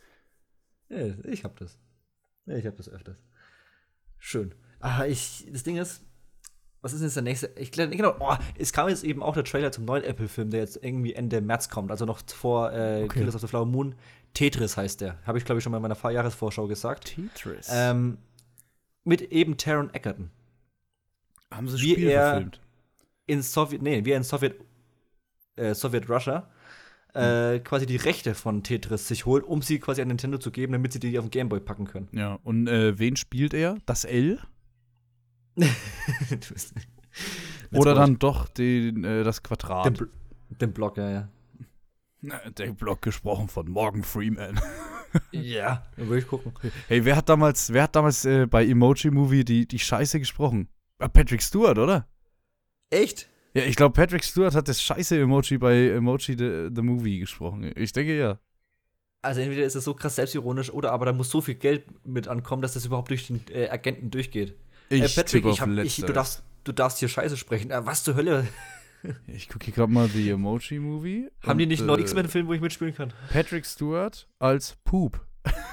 Ja, ich habe das. Ja, ich habe das öfters. Schön. Das Ding ist, was ist jetzt der nächste? Es kam jetzt eben auch der Trailer zum neuen Apple-Film, der jetzt irgendwie Ende März kommt, also noch vor Killers of the Flower Moon. Tetris heißt der. Habe ich, glaube ich, schon mal in meiner Jahresvorschau gesagt. Tetris. Mit eben Taron Egerton. Haben sie Spiel verfilmt? Wie er in Sowjet Russia quasi die Rechte von Tetris sich holt, um sie quasi an Nintendo zu geben, damit sie die auf den Gameboy packen können. Ja, und wen spielt er? Das L? Oder dann doch das Quadrat? Den Blog, ja. Der Blog gesprochen von Morgan Freeman. Ja, dann würde ich gucken. Hey, wer hat damals bei Emoji Movie die Scheiße gesprochen? Patrick Stewart, oder? Echt? Ja, ich glaube, Patrick Stewart hat das scheiße Emoji bei Emoji the Movie gesprochen. Ich denke, ja. Also entweder ist es so krass selbstironisch oder aber da muss so viel Geld mit ankommen, dass das überhaupt durch den Agenten durchgeht. Patrick, du darfst hier Scheiße sprechen. Was zur Hölle? Ich gucke hier gerade mal The Emoji Movie. Haben die nicht noch nichts mit dem Film, wo ich mitspielen kann? Patrick Stewart als Poop.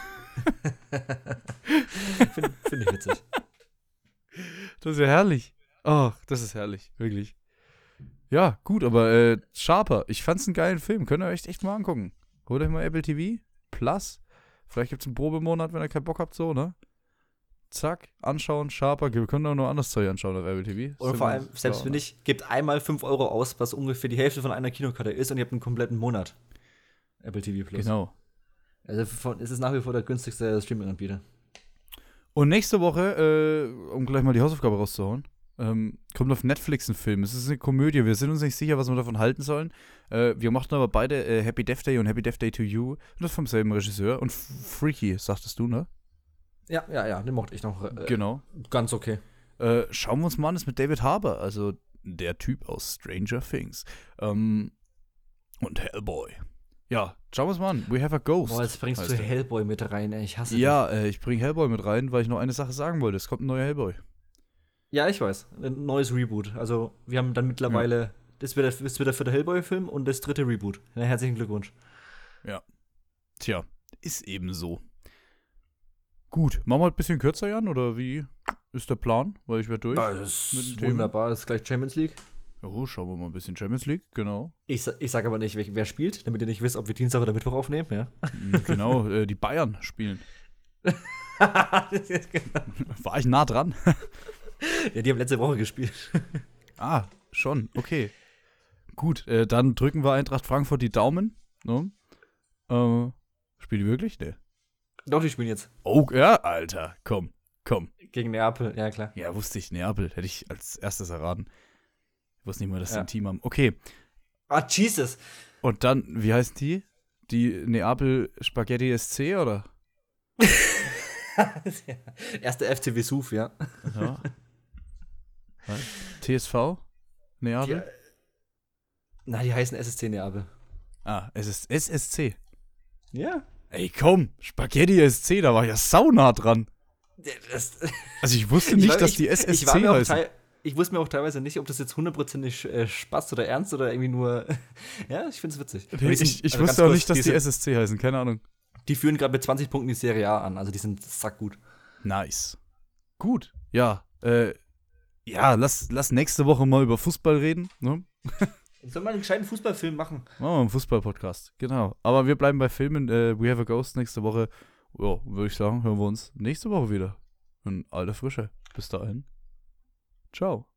Finde ich witzig. Das ist ja herrlich. Oh, das ist herrlich, wirklich. Ja, gut, aber Sharper, ich fand's einen geilen Film. Könnt ihr euch echt mal angucken. Holt euch mal Apple TV Plus. Vielleicht gibt's einen Probemonat, wenn ihr keinen Bock habt, so, ne? Zack, anschauen, Sharper. Wir können auch noch anderes Zeug anschauen auf Apple TV. Oder vor allem, selbst wenn nicht, gebt einmal 5 Euro aus, was ungefähr die Hälfte von einer Kinokarte ist und ihr habt einen kompletten Monat. Apple TV Plus. Genau. Also es ist nach wie vor der günstigste Streaming-Anbieter. Und nächste Woche, um gleich mal die Hausaufgabe rauszuhauen, kommt auf Netflix ein Film. Es ist eine Komödie. Wir sind uns nicht sicher, was wir davon halten sollen. Wir mochten aber beide Happy Death Day und Happy Death Day to You. Und das vom selben Regisseur. Und Freaky, sagtest du, ne? Ja, den mochte ich noch. Genau. Ganz okay. Schauen wir uns mal an, das ist mit David Harbour, also der Typ aus Stranger Things. Und Hellboy. Ja, schauen wir uns mal an. We Have a Ghost. Boah, jetzt bringst du Hellboy mit rein, ey. Ich hasse dich. Ja, ich bringe Hellboy mit rein, weil ich noch eine Sache sagen wollte. Es kommt ein neuer Hellboy. Ja, ich weiß. Ein neues Reboot. Also, wir haben dann mittlerweile, das wird der 4. Hellboy-Film und das 3. Reboot. Ja, herzlichen Glückwunsch. Ja. Tja, ist eben so. Gut, machen wir ein bisschen kürzer, Jan, oder wie ist der Plan? Weil ich werde durch. Das ist wunderbar, das ist gleich Champions League. Jo, schauen wir mal ein bisschen Champions League, genau. Ich sag aber nicht, wer spielt, damit ihr nicht wisst, ob wir Dienstag oder Mittwoch aufnehmen, ja? Genau, die Bayern spielen. War ich nah dran? Ja, die haben letzte Woche gespielt. Ah, schon, okay. Gut, dann drücken wir Eintracht Frankfurt die Daumen. Ne? Spielen die wirklich? Ne. Doch, die spielen jetzt. Oh, ja, Alter, komm. Gegen Neapel, ja klar. Ja, wusste ich, Neapel, hätte ich als erstes erraten. Ich wusste nicht mal, dass sie ein Team haben. Okay. Ah, Jesus. Und dann, wie heißen die? Die Neapel Spaghetti SC, oder? Erster FC Vesuv, ja. Ja. TSV? Neapel? Die heißen SSC Neapel. Ah, es ist SSC. Ja. Ey, komm, Spaghetti SC, da war ja saunah dran. Also ich wusste nicht, dass die SSC heißen. Ich wusste mir auch teilweise nicht, ob das jetzt hundertprozentig Spaß oder ernst oder irgendwie nur. Ja, ich finde es witzig. Ich wusste auch nicht, dass die SSC heißen, keine Ahnung. Die führen gerade mit 20 Punkten die Serie A an, also die sind sackgut. Nice. Gut, ja. Lass nächste Woche mal über Fußball reden, ne? Soll mal einen gescheiten Fußballfilm machen? Machen wir einen Fußball-Podcast, genau. Aber wir bleiben bei Filmen. We Have a Ghost nächste Woche. Ja, würde ich sagen, hören wir uns nächste Woche wieder. In alter Frische. Bis dahin. Ciao.